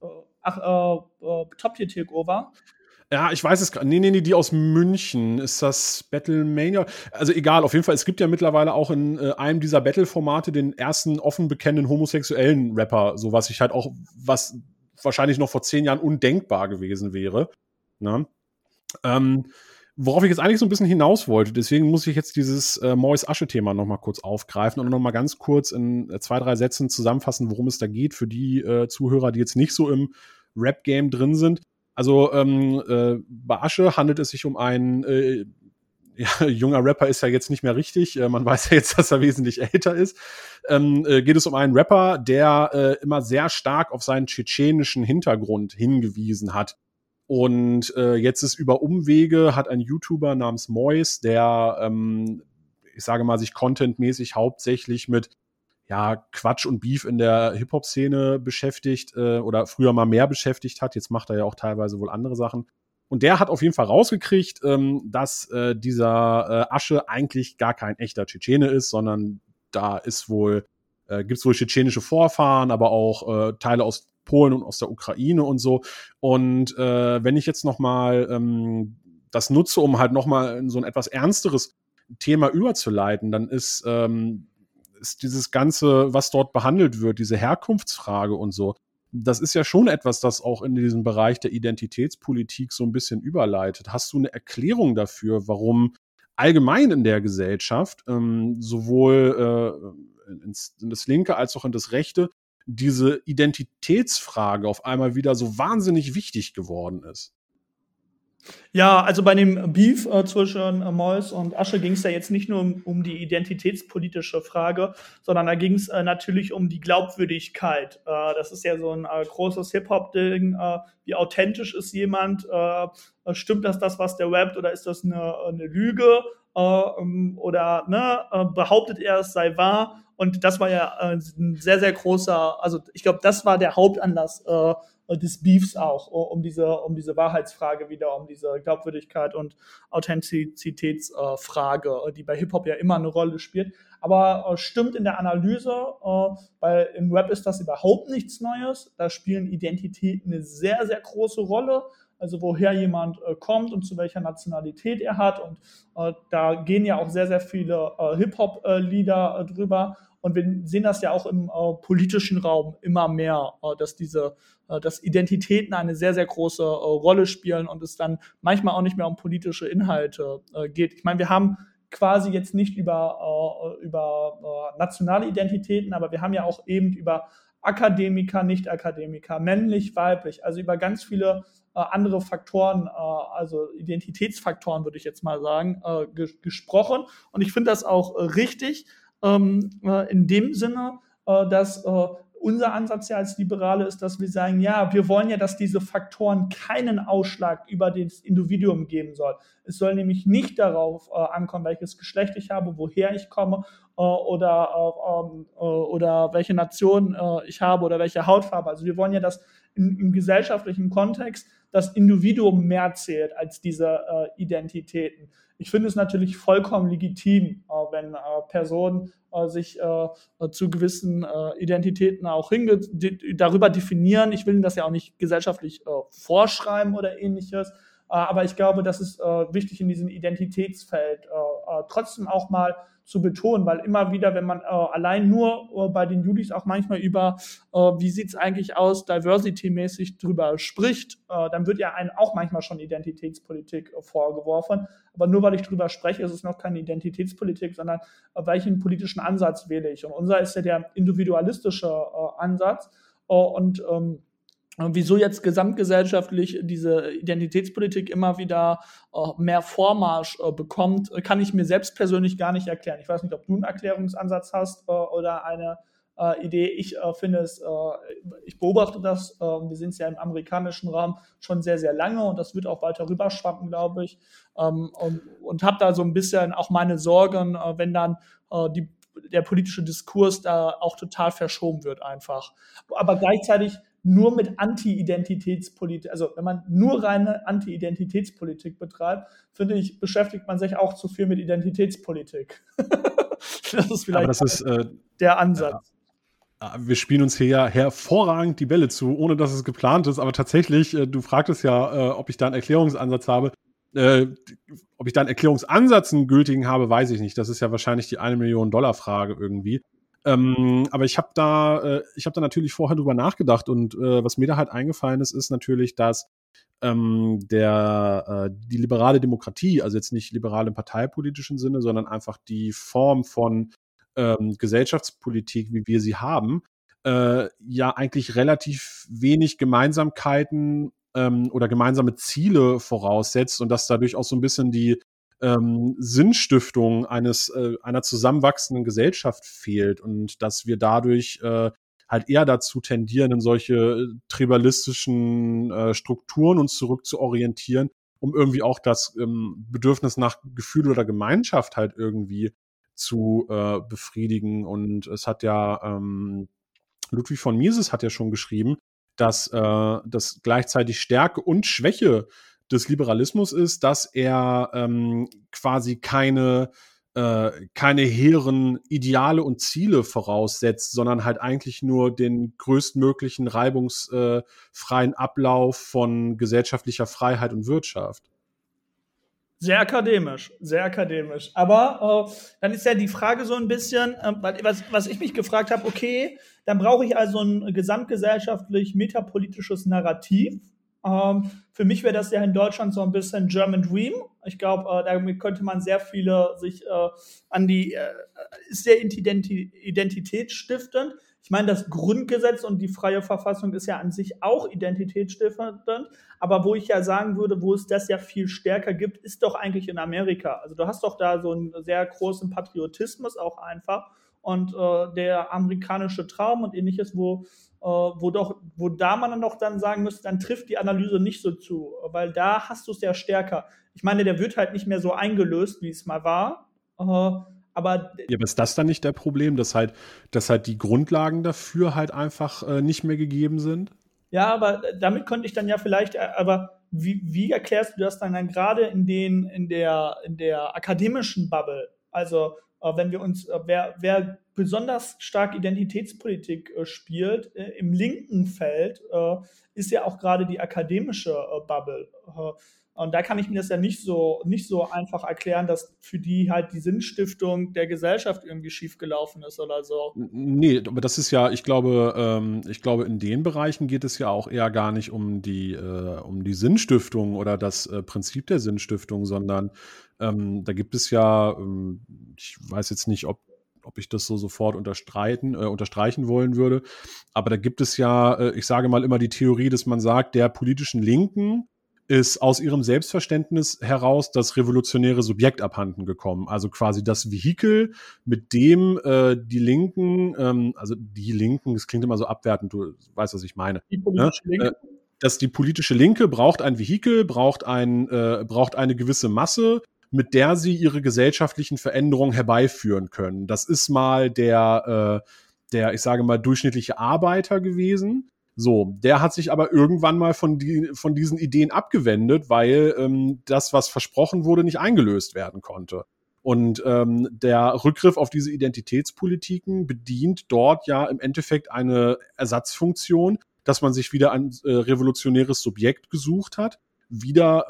Top Tier Takeover. Ja, ich weiß es gerade. Nee, die aus München. Ist das Battlemania? Also egal, auf jeden Fall, es gibt ja mittlerweile auch in einem dieser Battle-Formate den ersten offen bekennenden homosexuellen Rapper, so was wahrscheinlich noch vor 10 Jahren undenkbar gewesen wäre. Ne? Worauf ich jetzt eigentlich so ein bisschen hinaus wollte, deswegen muss ich jetzt dieses Mois-Asche-Thema noch mal kurz aufgreifen und noch mal ganz kurz in 2, 3 Sätzen zusammenfassen, worum es da geht für die Zuhörer, die jetzt nicht so im Rap-Game drin sind. Also bei Asche handelt es sich um einen junger Rapper ist ja jetzt nicht mehr richtig. Man weiß ja jetzt, dass er wesentlich älter ist. Geht es um einen Rapper, der immer sehr stark auf seinen tschetschenischen Hintergrund hingewiesen hat. Und jetzt ist über Umwege, hat ein YouTuber namens Mois, der, ich sage mal, sich contentmäßig hauptsächlich mit Quatsch und Beef in der Hip-Hop-Szene beschäftigt oder früher mal mehr beschäftigt hat. Jetzt macht er ja auch teilweise wohl andere Sachen. Und der hat auf jeden Fall rausgekriegt, dass dieser Asche eigentlich gar kein echter Tschetschene ist, sondern da ist gibt's wohl tschetschenische Vorfahren, aber auch Teile aus Polen und aus der Ukraine und so. Und wenn ich jetzt noch mal das nutze, um halt noch mal in so ein etwas ernsteres Thema überzuleiten, dann ist dieses Ganze, was dort behandelt wird, diese Herkunftsfrage und so, das ist ja schon etwas, das auch in diesen Bereich der Identitätspolitik so ein bisschen überleitet. Hast du eine Erklärung dafür, warum allgemein in der Gesellschaft sowohl in das Linke als auch in das Rechte diese Identitätsfrage auf einmal wieder so wahnsinnig wichtig geworden ist? Ja, also bei dem Beef zwischen Mois und Asche ging es ja jetzt nicht nur um die identitätspolitische Frage, sondern da ging es natürlich um die Glaubwürdigkeit. Das ist ja so ein großes Hip-Hop-Ding. Wie authentisch ist jemand? Stimmt das, was der rappt, oder ist das eine Lüge? Oder behauptet er, es sei wahr? Und das war ja ein sehr, sehr großer, also ich glaube, das war der Hauptanlass des Beefs auch, um diese Wahrheitsfrage wieder, um diese Glaubwürdigkeit und Authentizitätsfrage, die bei Hip-Hop ja immer eine Rolle spielt. Aber stimmt in der Analyse, weil im Rap ist das überhaupt nichts Neues. Da spielen Identitäten eine sehr, sehr große Rolle. Also woher jemand kommt und zu welcher Nationalität er hat. Und da gehen ja auch sehr, sehr viele Hip-Hop-Lieder drüber. Und wir sehen das ja auch im politischen Raum immer mehr, dass Identitäten eine sehr, sehr große Rolle spielen und es dann manchmal auch nicht mehr um politische Inhalte geht. Ich meine, wir haben quasi jetzt nicht über nationale Identitäten, aber wir haben ja auch eben über Akademiker, Nicht-Akademiker, männlich, weiblich, also über ganz viele andere Faktoren, also Identitätsfaktoren, würde ich jetzt mal sagen, gesprochen. Und ich finde das auch richtig, in dem Sinne, dass unser Ansatz ja als Liberale ist, dass wir sagen, ja, wir wollen ja, dass diese Faktoren keinen Ausschlag über das Individuum geben soll. Es soll nämlich nicht darauf ankommen, welches Geschlecht ich habe, woher ich komme oder welche Nation ich habe oder welche Hautfarbe. Also wir wollen ja, dass im gesellschaftlichen Kontext das Individuum mehr zählt als diese Identitäten. Ich finde es natürlich vollkommen legitim, wenn Personen sich zu gewissen Identitäten auch darüber definieren. Ich will das ja auch nicht gesellschaftlich vorschreiben oder ähnliches, aber ich glaube, das ist wichtig in diesem Identitätsfeld trotzdem auch mal zu betonen, weil immer wieder, wenn man allein nur bei den Julis auch manchmal über, wie sieht es eigentlich aus, diversity-mäßig drüber spricht, dann wird ja einem auch manchmal schon Identitätspolitik vorgeworfen. Aber nur weil ich drüber spreche, ist es noch keine Identitätspolitik, sondern welchen politischen Ansatz wähle ich. Und unser ist ja der individualistische Ansatz. Und wieso jetzt gesamtgesellschaftlich diese Identitätspolitik immer wieder mehr Vormarsch bekommt, kann ich mir selbst persönlich gar nicht erklären. Ich weiß nicht, ob du einen Erklärungsansatz hast oder eine Idee. Ich finde es, ich beobachte das, wir sind es ja im amerikanischen Raum schon sehr, sehr lange und das wird auch weiter rüberschwappen, glaube ich. Und habe da so ein bisschen auch meine Sorgen, wenn dann der politische Diskurs da auch total verschoben wird einfach. Aber gleichzeitig nur mit Anti-Identitätspolitik, also wenn man nur reine Anti-Identitätspolitik betreibt, finde ich, beschäftigt man sich auch zu viel mit Identitätspolitik. Das ist vielleicht der Ansatz. Wir spielen uns hier ja hervorragend die Bälle zu, ohne dass es geplant ist, aber tatsächlich, du fragtest ja, ob ich da einen Erklärungsansatz habe. Ob ich da einen Erklärungsansatz, einen gültigen habe, weiß ich nicht. Das ist ja wahrscheinlich die $1-Million-Frage irgendwie. Aber ich habe da natürlich vorher drüber nachgedacht und was mir da halt eingefallen ist natürlich, dass die liberale Demokratie, also jetzt nicht liberal im parteipolitischen Sinne, sondern einfach die Form von Gesellschaftspolitik, wie wir sie haben, ja eigentlich relativ wenig Gemeinsamkeiten oder gemeinsame Ziele voraussetzt und dass dadurch auch so ein bisschen die Sinnstiftung einer zusammenwachsenden Gesellschaft fehlt und dass wir dadurch halt eher dazu tendieren, in solche tribalistischen Strukturen uns zurück zu orientieren, um irgendwie auch das Bedürfnis nach Gefühl oder Gemeinschaft halt irgendwie zu befriedigen. Und es hat ja Ludwig von Mises hat ja schon geschrieben, dass gleichzeitig Stärke und Schwäche des Liberalismus ist, dass er quasi keine hehren Ideale und Ziele voraussetzt, sondern halt eigentlich nur den größtmöglichen reibungsfreien Ablauf von gesellschaftlicher Freiheit und Wirtschaft. Sehr akademisch, sehr akademisch. Aber dann ist ja die Frage so ein bisschen, was ich mich gefragt habe, okay, dann brauche ich also ein gesamtgesellschaftlich metapolitisches Narrativ. Für mich wäre das ja in Deutschland so ein bisschen German Dream. Ich glaube, damit könnte man sehr viele sich ist sehr identitätsstiftend. Ich meine, das Grundgesetz und die freie Verfassung ist ja an sich auch identitätsstiftend. Aber wo ich ja sagen würde, wo es das ja viel stärker gibt, ist doch eigentlich in Amerika. Also du hast doch da so einen sehr großen Patriotismus auch einfach. Und der amerikanische Traum und ähnliches, wo da man dann doch dann sagen müsste, dann trifft die Analyse nicht so zu, weil da hast du es ja stärker. Ich meine, der wird halt nicht mehr so eingelöst, wie es mal war. Aber ist das dann nicht der Problem, dass halt die Grundlagen dafür halt einfach nicht mehr gegeben sind? Ja, aber damit könnte ich dann ja vielleicht, aber wie erklärst du das dann gerade in der akademischen Bubble? Also wenn wir uns, wer besonders stark Identitätspolitik spielt, im linken Feld, ist ja auch gerade die akademische Bubble. Und da kann ich mir das ja nicht so einfach erklären, dass für die halt die Sinnstiftung der Gesellschaft irgendwie schiefgelaufen ist oder so. Nee, aber das ist ja, ich glaube, in den Bereichen geht es ja auch eher gar nicht um die Sinnstiftung oder das Prinzip der Sinnstiftung, sondern da gibt es ja, ich weiß jetzt nicht, ob ich das so sofort unterstreichen wollen würde, aber da gibt es ja, ich sage mal immer die Theorie, dass man sagt, der politischen Linken ist aus ihrem Selbstverständnis heraus das revolutionäre Subjekt abhanden gekommen. Also quasi das Vehikel, mit dem die Linken, das klingt immer so abwertend, du weißt, was ich meine. Die politische Linke? Dass die politische Linke braucht ein Vehikel, braucht eine gewisse Masse, mit der sie ihre gesellschaftlichen Veränderungen herbeiführen können. Das ist mal der, ich sage mal, durchschnittliche Arbeiter gewesen. So, der hat sich aber irgendwann mal von diesen Ideen abgewendet, weil das, was versprochen wurde, nicht eingelöst werden konnte. Und der Rückgriff auf diese Identitätspolitiken bedient dort ja im Endeffekt eine Ersatzfunktion, dass man sich wieder ein revolutionäres Subjekt gesucht hat, wieder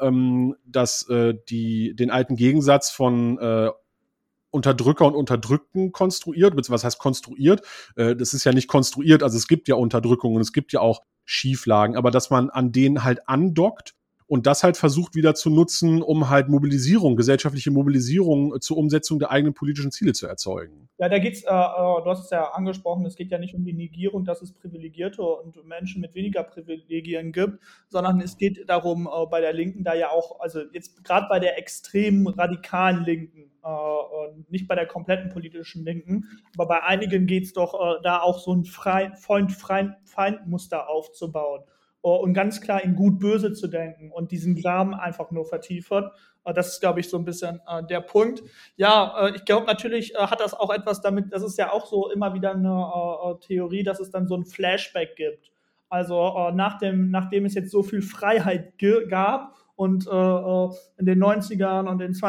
den alten Gegensatz von Unterdrücker und Unterdrückten konstruiert, beziehungsweise was heißt konstruiert? Das ist ja nicht konstruiert, also es gibt ja Unterdrückung und es gibt ja auch Schieflagen, aber dass man an denen halt andockt und das halt versucht wieder zu nutzen, um halt gesellschaftliche Mobilisierung zur Umsetzung der eigenen politischen Ziele zu erzeugen. Ja, da geht's, du hast es ja angesprochen, es geht ja nicht um die Negierung, dass es Privilegierte und Menschen mit weniger Privilegien gibt, sondern es geht darum, bei der Linken da ja auch, also jetzt gerade bei der extrem radikalen Linken, nicht bei der kompletten politischen Linken, aber bei einigen geht's doch da auch so ein Freund-Feind-Muster aufzubauen und ganz klar in Gut-Böse zu denken und diesen Graben einfach nur vertiefert. Das ist, glaube ich, so ein bisschen der Punkt. Ja, ich glaube, natürlich hat das auch etwas damit, das ist ja auch so immer wieder eine Theorie, dass es dann so ein Flashback gibt. Also nachdem es jetzt so viel Freiheit gab und in den 90ern und den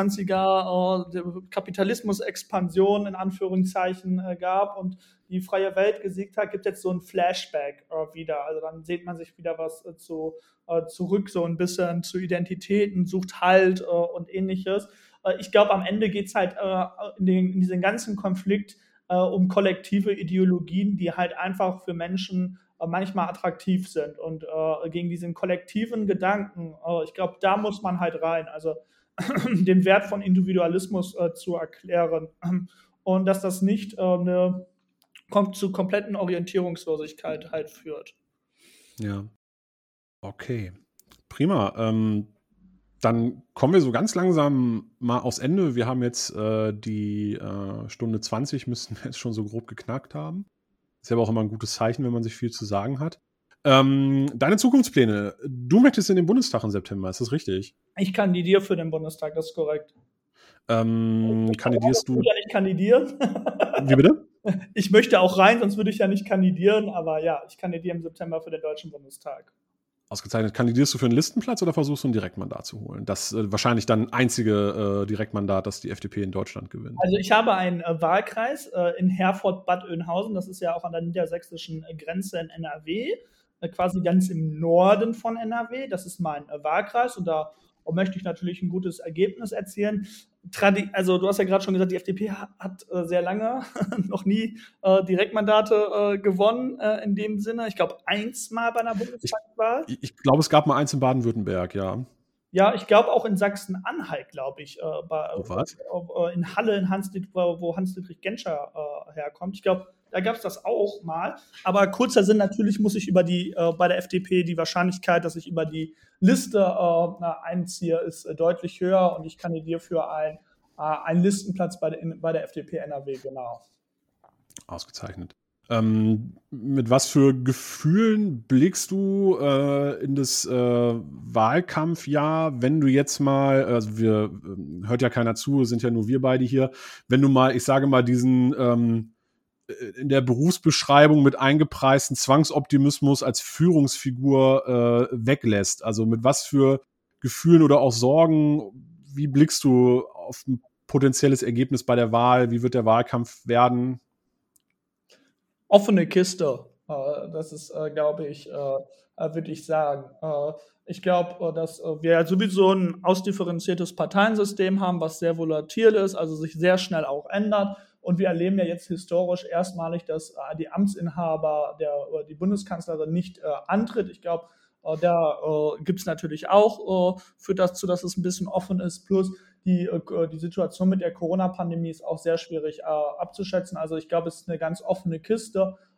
20er Kapitalismus-Expansion in Anführungszeichen gab und die freie Welt gesiegt hat, gibt es jetzt so ein Flashback wieder. Also dann sieht man sich wieder was zurück, so ein bisschen zu Identitäten, sucht Halt und ähnliches. Ich glaube, am Ende geht es halt in diesem ganzen Konflikt um kollektive Ideologien, die halt einfach für Menschen manchmal attraktiv sind. Und gegen diesen kollektiven Gedanken, ich glaube, da muss man halt rein. Also den Wert von Individualismus zu erklären und dass das nicht kommt zu kompletten Orientierungslosigkeit halt führt. Ja. Okay. Prima. Dann kommen wir so ganz langsam mal aufs Ende. Wir haben jetzt die Stunde 20, müssten wir jetzt schon so grob geknackt haben. Ist ja aber auch immer ein gutes Zeichen, wenn man sich viel zu sagen hat. Deine Zukunftspläne. Du möchtest in den Bundestag im September, ist das richtig? Ich kandidiere für den Bundestag, das ist korrekt. Kandidierst du? Ich würde ja nicht kandidieren. Wie bitte? Ich möchte auch rein, sonst würde ich ja nicht kandidieren. Aber ja, ich kandidiere im September für den Deutschen Bundestag. Ausgezeichnet. Kandidierst du für einen Listenplatz oder versuchst du ein Direktmandat zu holen? Das wahrscheinlich dann einzige Direktmandat, das die FDP in Deutschland gewinnt. Also ich habe einen Wahlkreis in Herford-Bad Oeynhausen. Das ist ja auch an der niedersächsischen Grenze in NRW, quasi ganz im Norden von NRW. Das ist mein Wahlkreis und da möchte ich natürlich ein gutes Ergebnis erzielen. Also du hast ja gerade schon gesagt, die FDP hat sehr lange noch nie Direktmandate gewonnen in dem Sinne. Ich glaube, mal bei einer Bundestagswahl. Ich glaube, es gab mal eins in Baden-Württemberg, ja. Ja, ich glaube auch in Sachsen-Anhalt, glaube ich, was? in Halle, wo Hans-Dietrich Genscher herkommt. Ich glaube, da gab es das auch mal. Aber kurzer Sinn, natürlich muss ich bei der FDP die Wahrscheinlichkeit, dass ich über die Liste einziehe, ist deutlich höher und ich kandidiere für einen Listenplatz bei der FDP NRW, genau. Ausgezeichnet. Mit was für Gefühlen blickst du in das Wahlkampfjahr, wenn du jetzt mal, also hört ja keiner zu, sind ja nur wir beide hier, wenn du mal, ich sage mal, diesen in der Berufsbeschreibung mit eingepreisten Zwangsoptimismus als Führungsfigur weglässt? Also mit was für Gefühlen oder auch Sorgen, wie blickst du auf ein potenzielles Ergebnis bei der Wahl? Wie wird der Wahlkampf werden? Offene Kiste, das ist, glaube ich, würde ich sagen. Ich glaube, dass wir sowieso ein ausdifferenziertes Parteiensystem haben, was sehr volatil ist, also sich sehr schnell auch ändert. Und wir erleben ja jetzt historisch erstmalig, dass die Amtsinhaber, die Bundeskanzlerin nicht antritt. Ich glaube, da gibt es natürlich auch führt das zu, dass es ein bisschen offen ist. Plus die Situation mit der Corona-Pandemie ist auch sehr schwierig abzuschätzen. Also ich glaube, es ist eine ganz offene Kiste.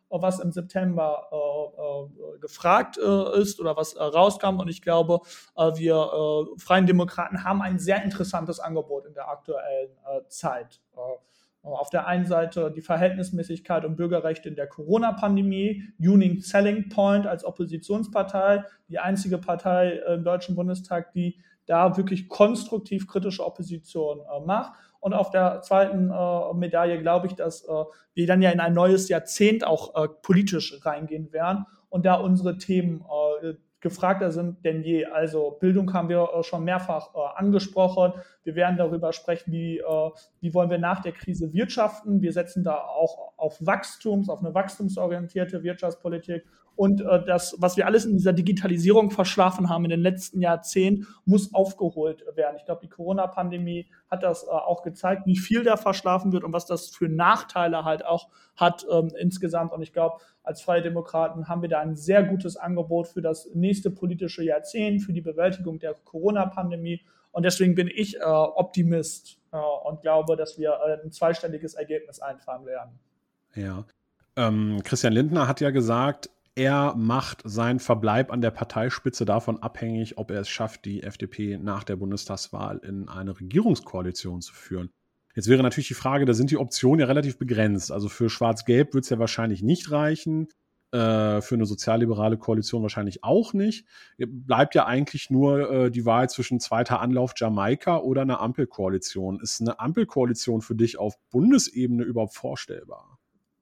was im September gefragt ist oder was rauskam. Und ich glaube, wir Freien Demokraten haben ein sehr interessantes Angebot in der aktuellen Zeit. Auf der einen Seite die Verhältnismäßigkeit und Bürgerrechte in der Corona-Pandemie, Unique Selling Point als Oppositionspartei, die einzige Partei im Deutschen Bundestag, die da wirklich konstruktiv kritische Opposition macht. Und auf der zweiten Medaille glaube ich, dass wir dann ja in ein neues Jahrzehnt auch politisch reingehen werden und da unsere Themen gefragter sind denn je. Also Bildung haben wir schon mehrfach angesprochen. Wir werden darüber sprechen, wie wollen wir nach der Krise wirtschaften. Wir setzen da auch auf eine wachstumsorientierte Wirtschaftspolitik. Und das, was wir alles in dieser Digitalisierung verschlafen haben in den letzten Jahrzehnten, muss aufgeholt werden. Ich glaube, die Corona-Pandemie hat das auch gezeigt, wie viel da verschlafen wird und was das für Nachteile halt auch hat insgesamt. Und ich glaube, als Freie Demokraten haben wir da ein sehr gutes Angebot für das nächste politische Jahrzehnt, für die Bewältigung der Corona-Pandemie. Und deswegen bin ich Optimist und glaube, dass wir ein zweistelliges Ergebnis einfahren werden. Ja. Christian Lindner hat ja gesagt, er macht seinen Verbleib an der Parteispitze davon abhängig, ob er es schafft, die FDP nach der Bundestagswahl in eine Regierungskoalition zu führen. Jetzt wäre natürlich die Frage, da sind die Optionen ja relativ begrenzt. Also für Schwarz-Gelb wird es ja wahrscheinlich nicht reichen, für eine sozialliberale Koalition wahrscheinlich auch nicht. Bleibt ja eigentlich nur die Wahl zwischen zweiter Anlauf Jamaika oder einer Ampelkoalition. Ist eine Ampelkoalition für dich auf Bundesebene überhaupt vorstellbar?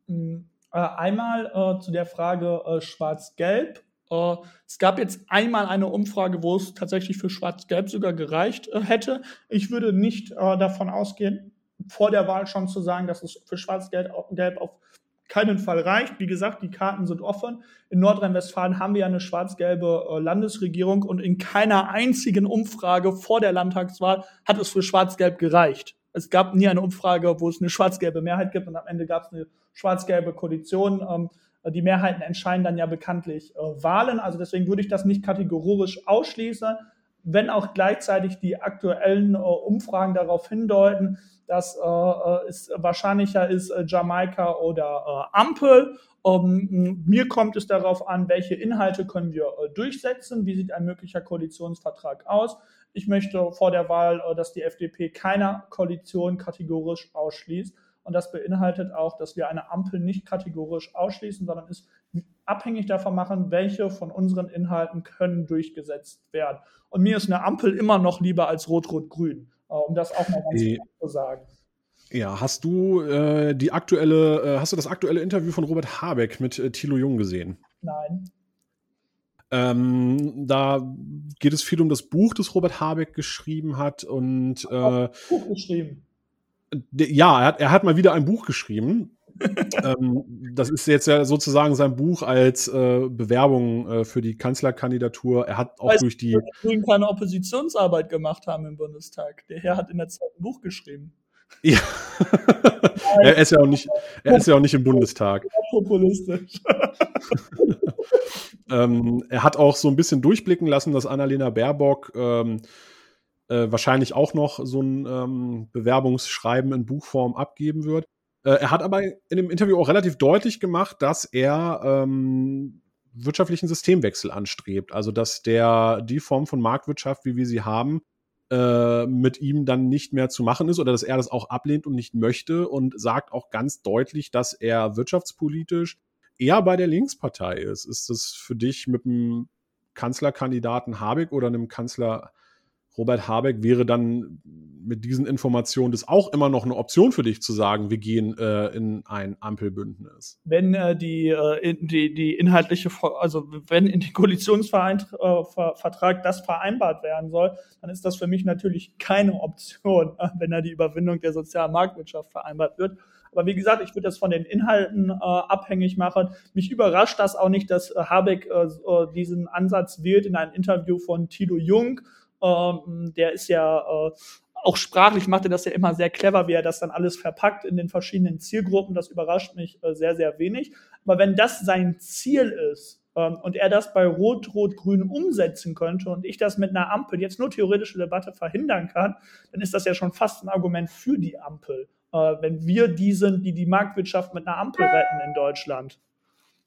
Einmal zu der Frage Schwarz-Gelb. Es gab jetzt einmal eine Umfrage, wo es tatsächlich für Schwarz-Gelb sogar gereicht hätte. Ich würde nicht davon ausgehen, vor der Wahl schon zu sagen, dass es für Schwarz-Gelb auf keinen Fall reicht. Wie gesagt, die Karten sind offen. In Nordrhein-Westfalen haben wir ja eine schwarz-gelbe Landesregierung und in keiner einzigen Umfrage vor der Landtagswahl hat es für Schwarz-Gelb gereicht. Es gab nie eine Umfrage, wo es eine schwarz-gelbe Mehrheit gibt und am Ende gab es eine schwarz-gelbe Koalition. Die Mehrheiten entscheiden dann ja bekanntlich Wahlen. Also deswegen würde ich das nicht kategorisch ausschließen, wenn auch gleichzeitig die aktuellen Umfragen darauf hindeuten, dass es wahrscheinlicher ist Jamaika oder Ampel. Mir kommt es darauf an, welche Inhalte können wir durchsetzen, wie sieht ein möglicher Koalitionsvertrag aus. Ich möchte vor der Wahl, dass die FDP keiner Koalition kategorisch ausschließt. Und das beinhaltet auch, dass wir eine Ampel nicht kategorisch ausschließen, sondern es abhängig davon machen, welche von unseren Inhalten können durchgesetzt werden. Und mir ist eine Ampel immer noch lieber als Rot-Rot-Grün, um das auch mal ganz klar zu sagen. Ja, hast du das aktuelle Interview von Robert Habeck mit Thilo Jung gesehen? Nein. Da geht es viel um das Buch, das Robert Habeck geschrieben hat. Und Buch geschrieben. Ja, er hat mal wieder ein Buch geschrieben. Das ist jetzt ja sozusagen sein Buch als Bewerbung für die Kanzlerkandidatur. Er hat auch durch die Grünen keine Oppositionsarbeit gemacht haben im Bundestag. Der Herr hat in der Zeit ein Buch geschrieben. Ja. Er ist ja auch nicht im Bundestag. Populistisch. Er hat auch so ein bisschen durchblicken lassen, dass Annalena Baerbock wahrscheinlich auch noch so ein Bewerbungsschreiben in Buchform abgeben wird. Er hat aber in dem Interview auch relativ deutlich gemacht, dass er wirtschaftlichen Systemwechsel anstrebt. Also dass die Form von Marktwirtschaft, wie wir sie haben, mit ihm dann nicht mehr zu machen ist oder dass er das auch ablehnt und nicht möchte und sagt auch ganz deutlich, dass er wirtschaftspolitisch eher bei der Linkspartei ist. Ist das für dich mit dem Kanzlerkandidaten Habeck oder einem Kanzler Robert Habeck wäre dann mit diesen Informationen das auch immer noch eine Option für dich zu sagen, wir gehen in ein Ampelbündnis? Wenn die inhaltliche, also wenn in den Koalitionsvertrag das vereinbart werden soll, dann ist das für mich natürlich keine Option, wenn da die Überwindung der sozialen Marktwirtschaft vereinbart wird. Aber wie gesagt, ich würde das von den Inhalten abhängig machen. Mich überrascht das auch nicht, dass Habeck diesen Ansatz wählt in einem Interview von Thilo Jung. Der ist ja auch sprachlich, macht er das ja immer sehr clever, wie er das dann alles verpackt in den verschiedenen Zielgruppen. Das überrascht mich sehr, sehr wenig. Aber wenn das sein Ziel ist und er das bei Rot-Rot-Grün umsetzen könnte und ich das mit einer Ampel jetzt nur theoretische Debatte verhindern kann, dann ist das ja schon fast ein Argument für die Ampel. Wenn wir die sind, die die Marktwirtschaft mit einer Ampel retten in Deutschland.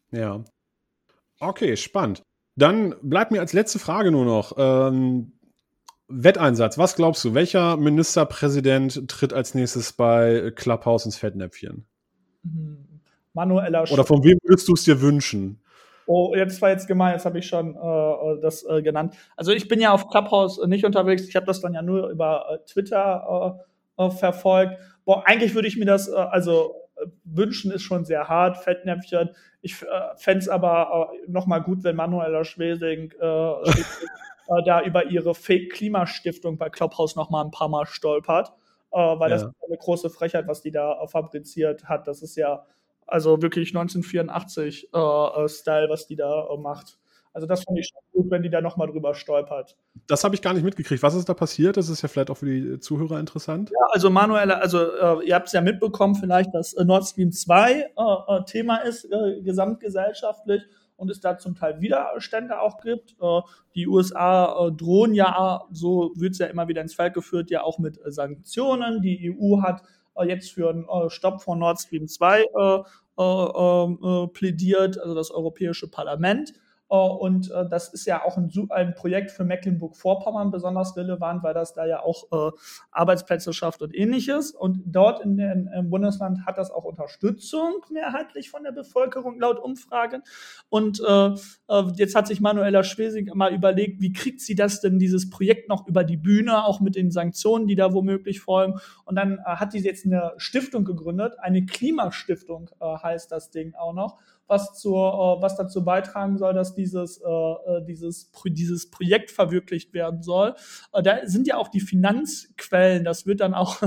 Ja. Okay, spannend. Dann bleibt mir als letzte Frage nur noch, Wetteinsatz. Was glaubst du, welcher Ministerpräsident tritt als nächstes bei Clubhouse ins Fettnäpfchen? Manueller Oder von wem würdest du es dir wünschen? Oh, jetzt war jetzt gemein, jetzt habe ich schon das genannt. Also ich bin ja auf Clubhouse nicht unterwegs, ich habe das dann ja nur über Twitter verfolgt. Boah, eigentlich würde ich mir das, wünschen ist schon sehr hart, Fettnäpfchen. Ich fände es aber nochmal gut, wenn Manuela Schwesig da über ihre Fake-Klimastiftung bei Clubhouse nochmal ein paar Mal stolpert, weil das ist eine große Frechheit, was die da fabriziert hat. Das ist ja also wirklich 1984 Style, was die da macht. Also das fand ich schon gut, wenn die da nochmal drüber stolpert. Das habe ich gar nicht mitgekriegt. Was ist da passiert? Das ist ja vielleicht auch für die Zuhörer interessant. Ja, also Manuela, ihr habt es ja mitbekommen vielleicht, dass Nord Stream 2 Thema ist, gesamtgesellschaftlich, und es da zum Teil Widerstände auch gibt. Die USA drohen ja, so wird es ja immer wieder ins Feld geführt, ja auch mit Sanktionen. Die EU hat jetzt für einen Stopp von Nord Stream 2 plädiert, also das Europäische Parlament. Und das ist ja auch ein Projekt für Mecklenburg-Vorpommern besonders relevant, weil das da ja auch Arbeitsplätze schafft und Ähnliches. Und dort im Bundesland hat das auch Unterstützung mehrheitlich von der Bevölkerung laut Umfragen. Und jetzt hat sich Manuela Schwesig mal überlegt, wie kriegt sie das denn, dieses Projekt noch über die Bühne, auch mit den Sanktionen, die da womöglich folgen. Und dann hat sie jetzt eine Stiftung gegründet, eine Klimastiftung heißt das Ding auch noch, was dazu beitragen soll, dass dieses Projekt verwirklicht werden soll. Da sind ja auch die Finanzquellen, das wird dann auch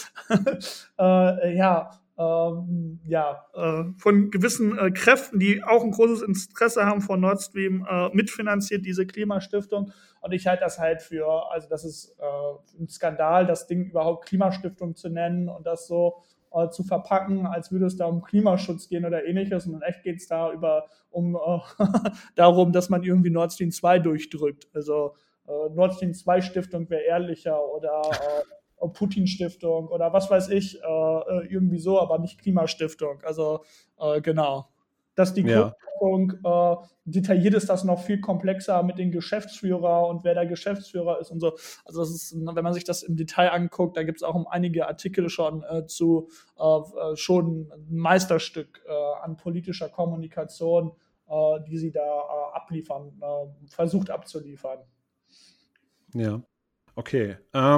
von gewissen Kräften, die auch ein großes Interesse haben von Nord Stream, mitfinanziert, diese Klimastiftung. Und ich halte das halt für, also das ist ein Skandal, das Ding überhaupt Klimastiftung zu nennen und das so zu verpacken, als würde es da um Klimaschutz gehen oder Ähnliches. Und in echt geht es da darum, dass man irgendwie Nord Stream 2 durchdrückt. Also Nord Stream 2 Stiftung wäre ehrlicher oder Putin-Stiftung oder was weiß ich, irgendwie so, aber nicht Klimastiftung. Also genau. Dass die Grundordnung detailliert ist, das noch viel komplexer mit den Geschäftsführer und wer der Geschäftsführer ist und so. Also das ist, wenn man sich das im Detail anguckt, da gibt es auch einige Artikel schon zu schon ein Meisterstück an politischer Kommunikation, die sie da versucht abzuliefern. Ja, okay.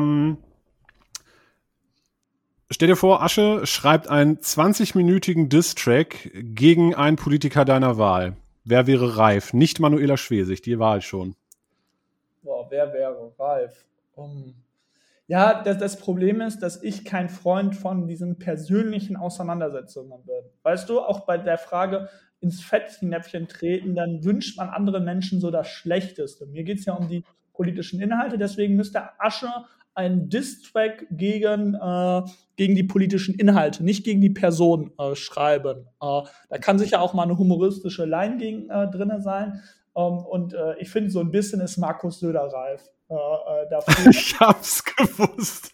Stell dir vor, Asche schreibt einen 20-minütigen Diss-Track gegen einen Politiker deiner Wahl. Wer wäre reif? Nicht Manuela Schwesig, die Wahl schon. Boah, wer wäre reif? Ja, das Problem ist, dass ich kein Freund von diesen persönlichen Auseinandersetzungen bin. Weißt du, auch bei der Frage ins Fettnäpfchen treten, dann wünscht man anderen Menschen so das Schlechteste. Mir geht es ja um die politischen Inhalte, deswegen müsste Asche einen Diss-Track gegen die politischen Inhalte, nicht gegen die Person schreiben. Da kann sicher auch mal eine humoristische Line drin sein. Und ich finde, so ein bisschen ist Markus Söder reif dafür. Ich hab's gewusst.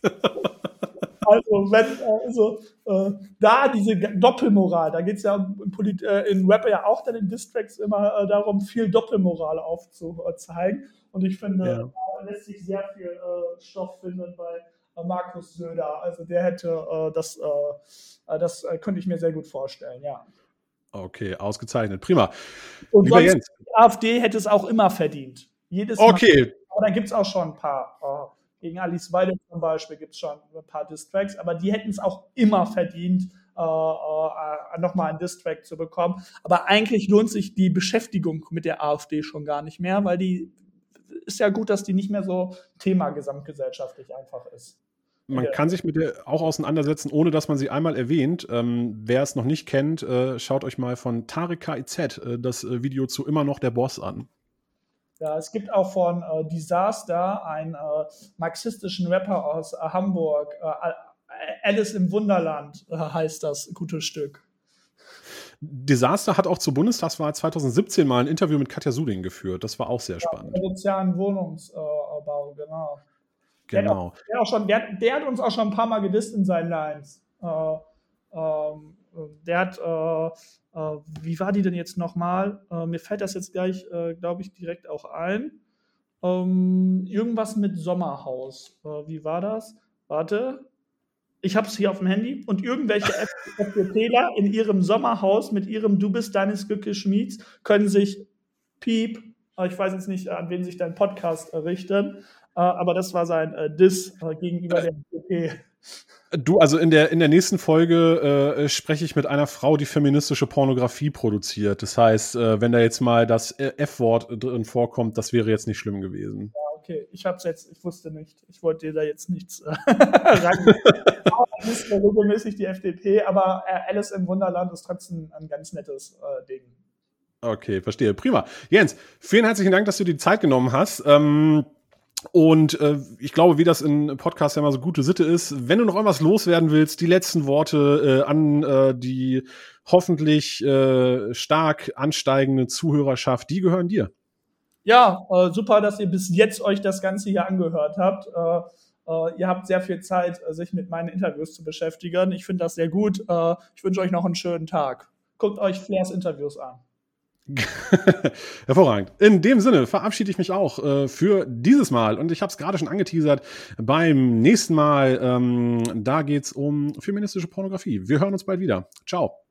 Also, da diese Doppelmoral, da geht es ja in Rap ja auch dann in Distracks immer darum, viel Doppelmoral aufzuzeigen. Und ich finde, da lässt sich sehr viel Stoff finden bei Markus Söder. Also der hätte das könnte ich mir sehr gut vorstellen, ja. Okay, ausgezeichnet. Prima. Und lieber sonst, Jens, die AfD hätte es auch immer verdient. Jedes Mal. Okay. Aber da gibt es auch schon ein paar. Gegen Alice Weidel zum Beispiel gibt es schon ein paar Distracks, aber die hätten es auch immer verdient, nochmal einen Distrack zu bekommen. Aber eigentlich lohnt sich die Beschäftigung mit der AfD schon gar nicht mehr, weil die ist ja gut, dass die nicht mehr so Thema gesamtgesellschaftlich einfach ist. Man kann sich mit der auch auseinandersetzen, ohne dass man sie einmal erwähnt. Wer es noch nicht kennt, schaut euch mal von Tarek KIZ das Video zu Immer noch der Boss an. Ja, es gibt auch von Disaster einen marxistischen Rapper aus Hamburg. Alice im Wunderland heißt das gute Stück. Disaster hat auch zur Bundestagswahl 2017 mal ein Interview mit Katja Suding geführt. Das war auch sehr spannend. Der sozialen Wohnungsbau, genau. Genau. Der hat uns auch schon ein paar Mal gedisst in seinen Lines. Der hat, wie war die denn jetzt nochmal? Mir fällt das jetzt gleich, glaube ich, direkt auch ein. Irgendwas mit Sommerhaus. Wie war das? Warte. Ich habe es hier auf dem Handy und irgendwelche FDPler in ihrem Sommerhaus mit ihrem Du bist deines Glückes Schmieds können sich Piep, ich weiß jetzt nicht, an wen sich dein Podcast richten, aber das war sein Diss gegenüber der FDP. Du, also in der nächsten Folge spreche ich mit einer Frau, die feministische Pornografie produziert. Das heißt, wenn da jetzt mal das F-Wort drin vorkommt, das wäre jetzt nicht schlimm gewesen. Ja, okay, ich wusste nicht. Ich wollte dir da jetzt nichts ran. Das ist regelmäßig die FDP, aber Alice im Wunderland ist trotzdem ein ganz nettes Ding. Okay, verstehe. Prima. Jens, vielen herzlichen Dank, dass du dir die Zeit genommen hast. Und ich glaube, wie das in Podcasts ja immer so gute Sitte ist, wenn du noch irgendwas loswerden willst, die letzten Worte an die hoffentlich stark ansteigende Zuhörerschaft, die gehören dir. Ja, super, dass ihr bis jetzt euch das Ganze hier angehört habt. Ihr habt sehr viel Zeit, sich mit meinen Interviews zu beschäftigen. Ich finde das sehr gut. Ich wünsche euch noch einen schönen Tag. Guckt euch Flairs Interviews an. Hervorragend. In dem Sinne verabschiede ich mich auch für dieses Mal. Und ich habe es gerade schon angeteasert. Beim nächsten Mal, da geht's um feministische Pornografie. Wir hören uns bald wieder. Ciao.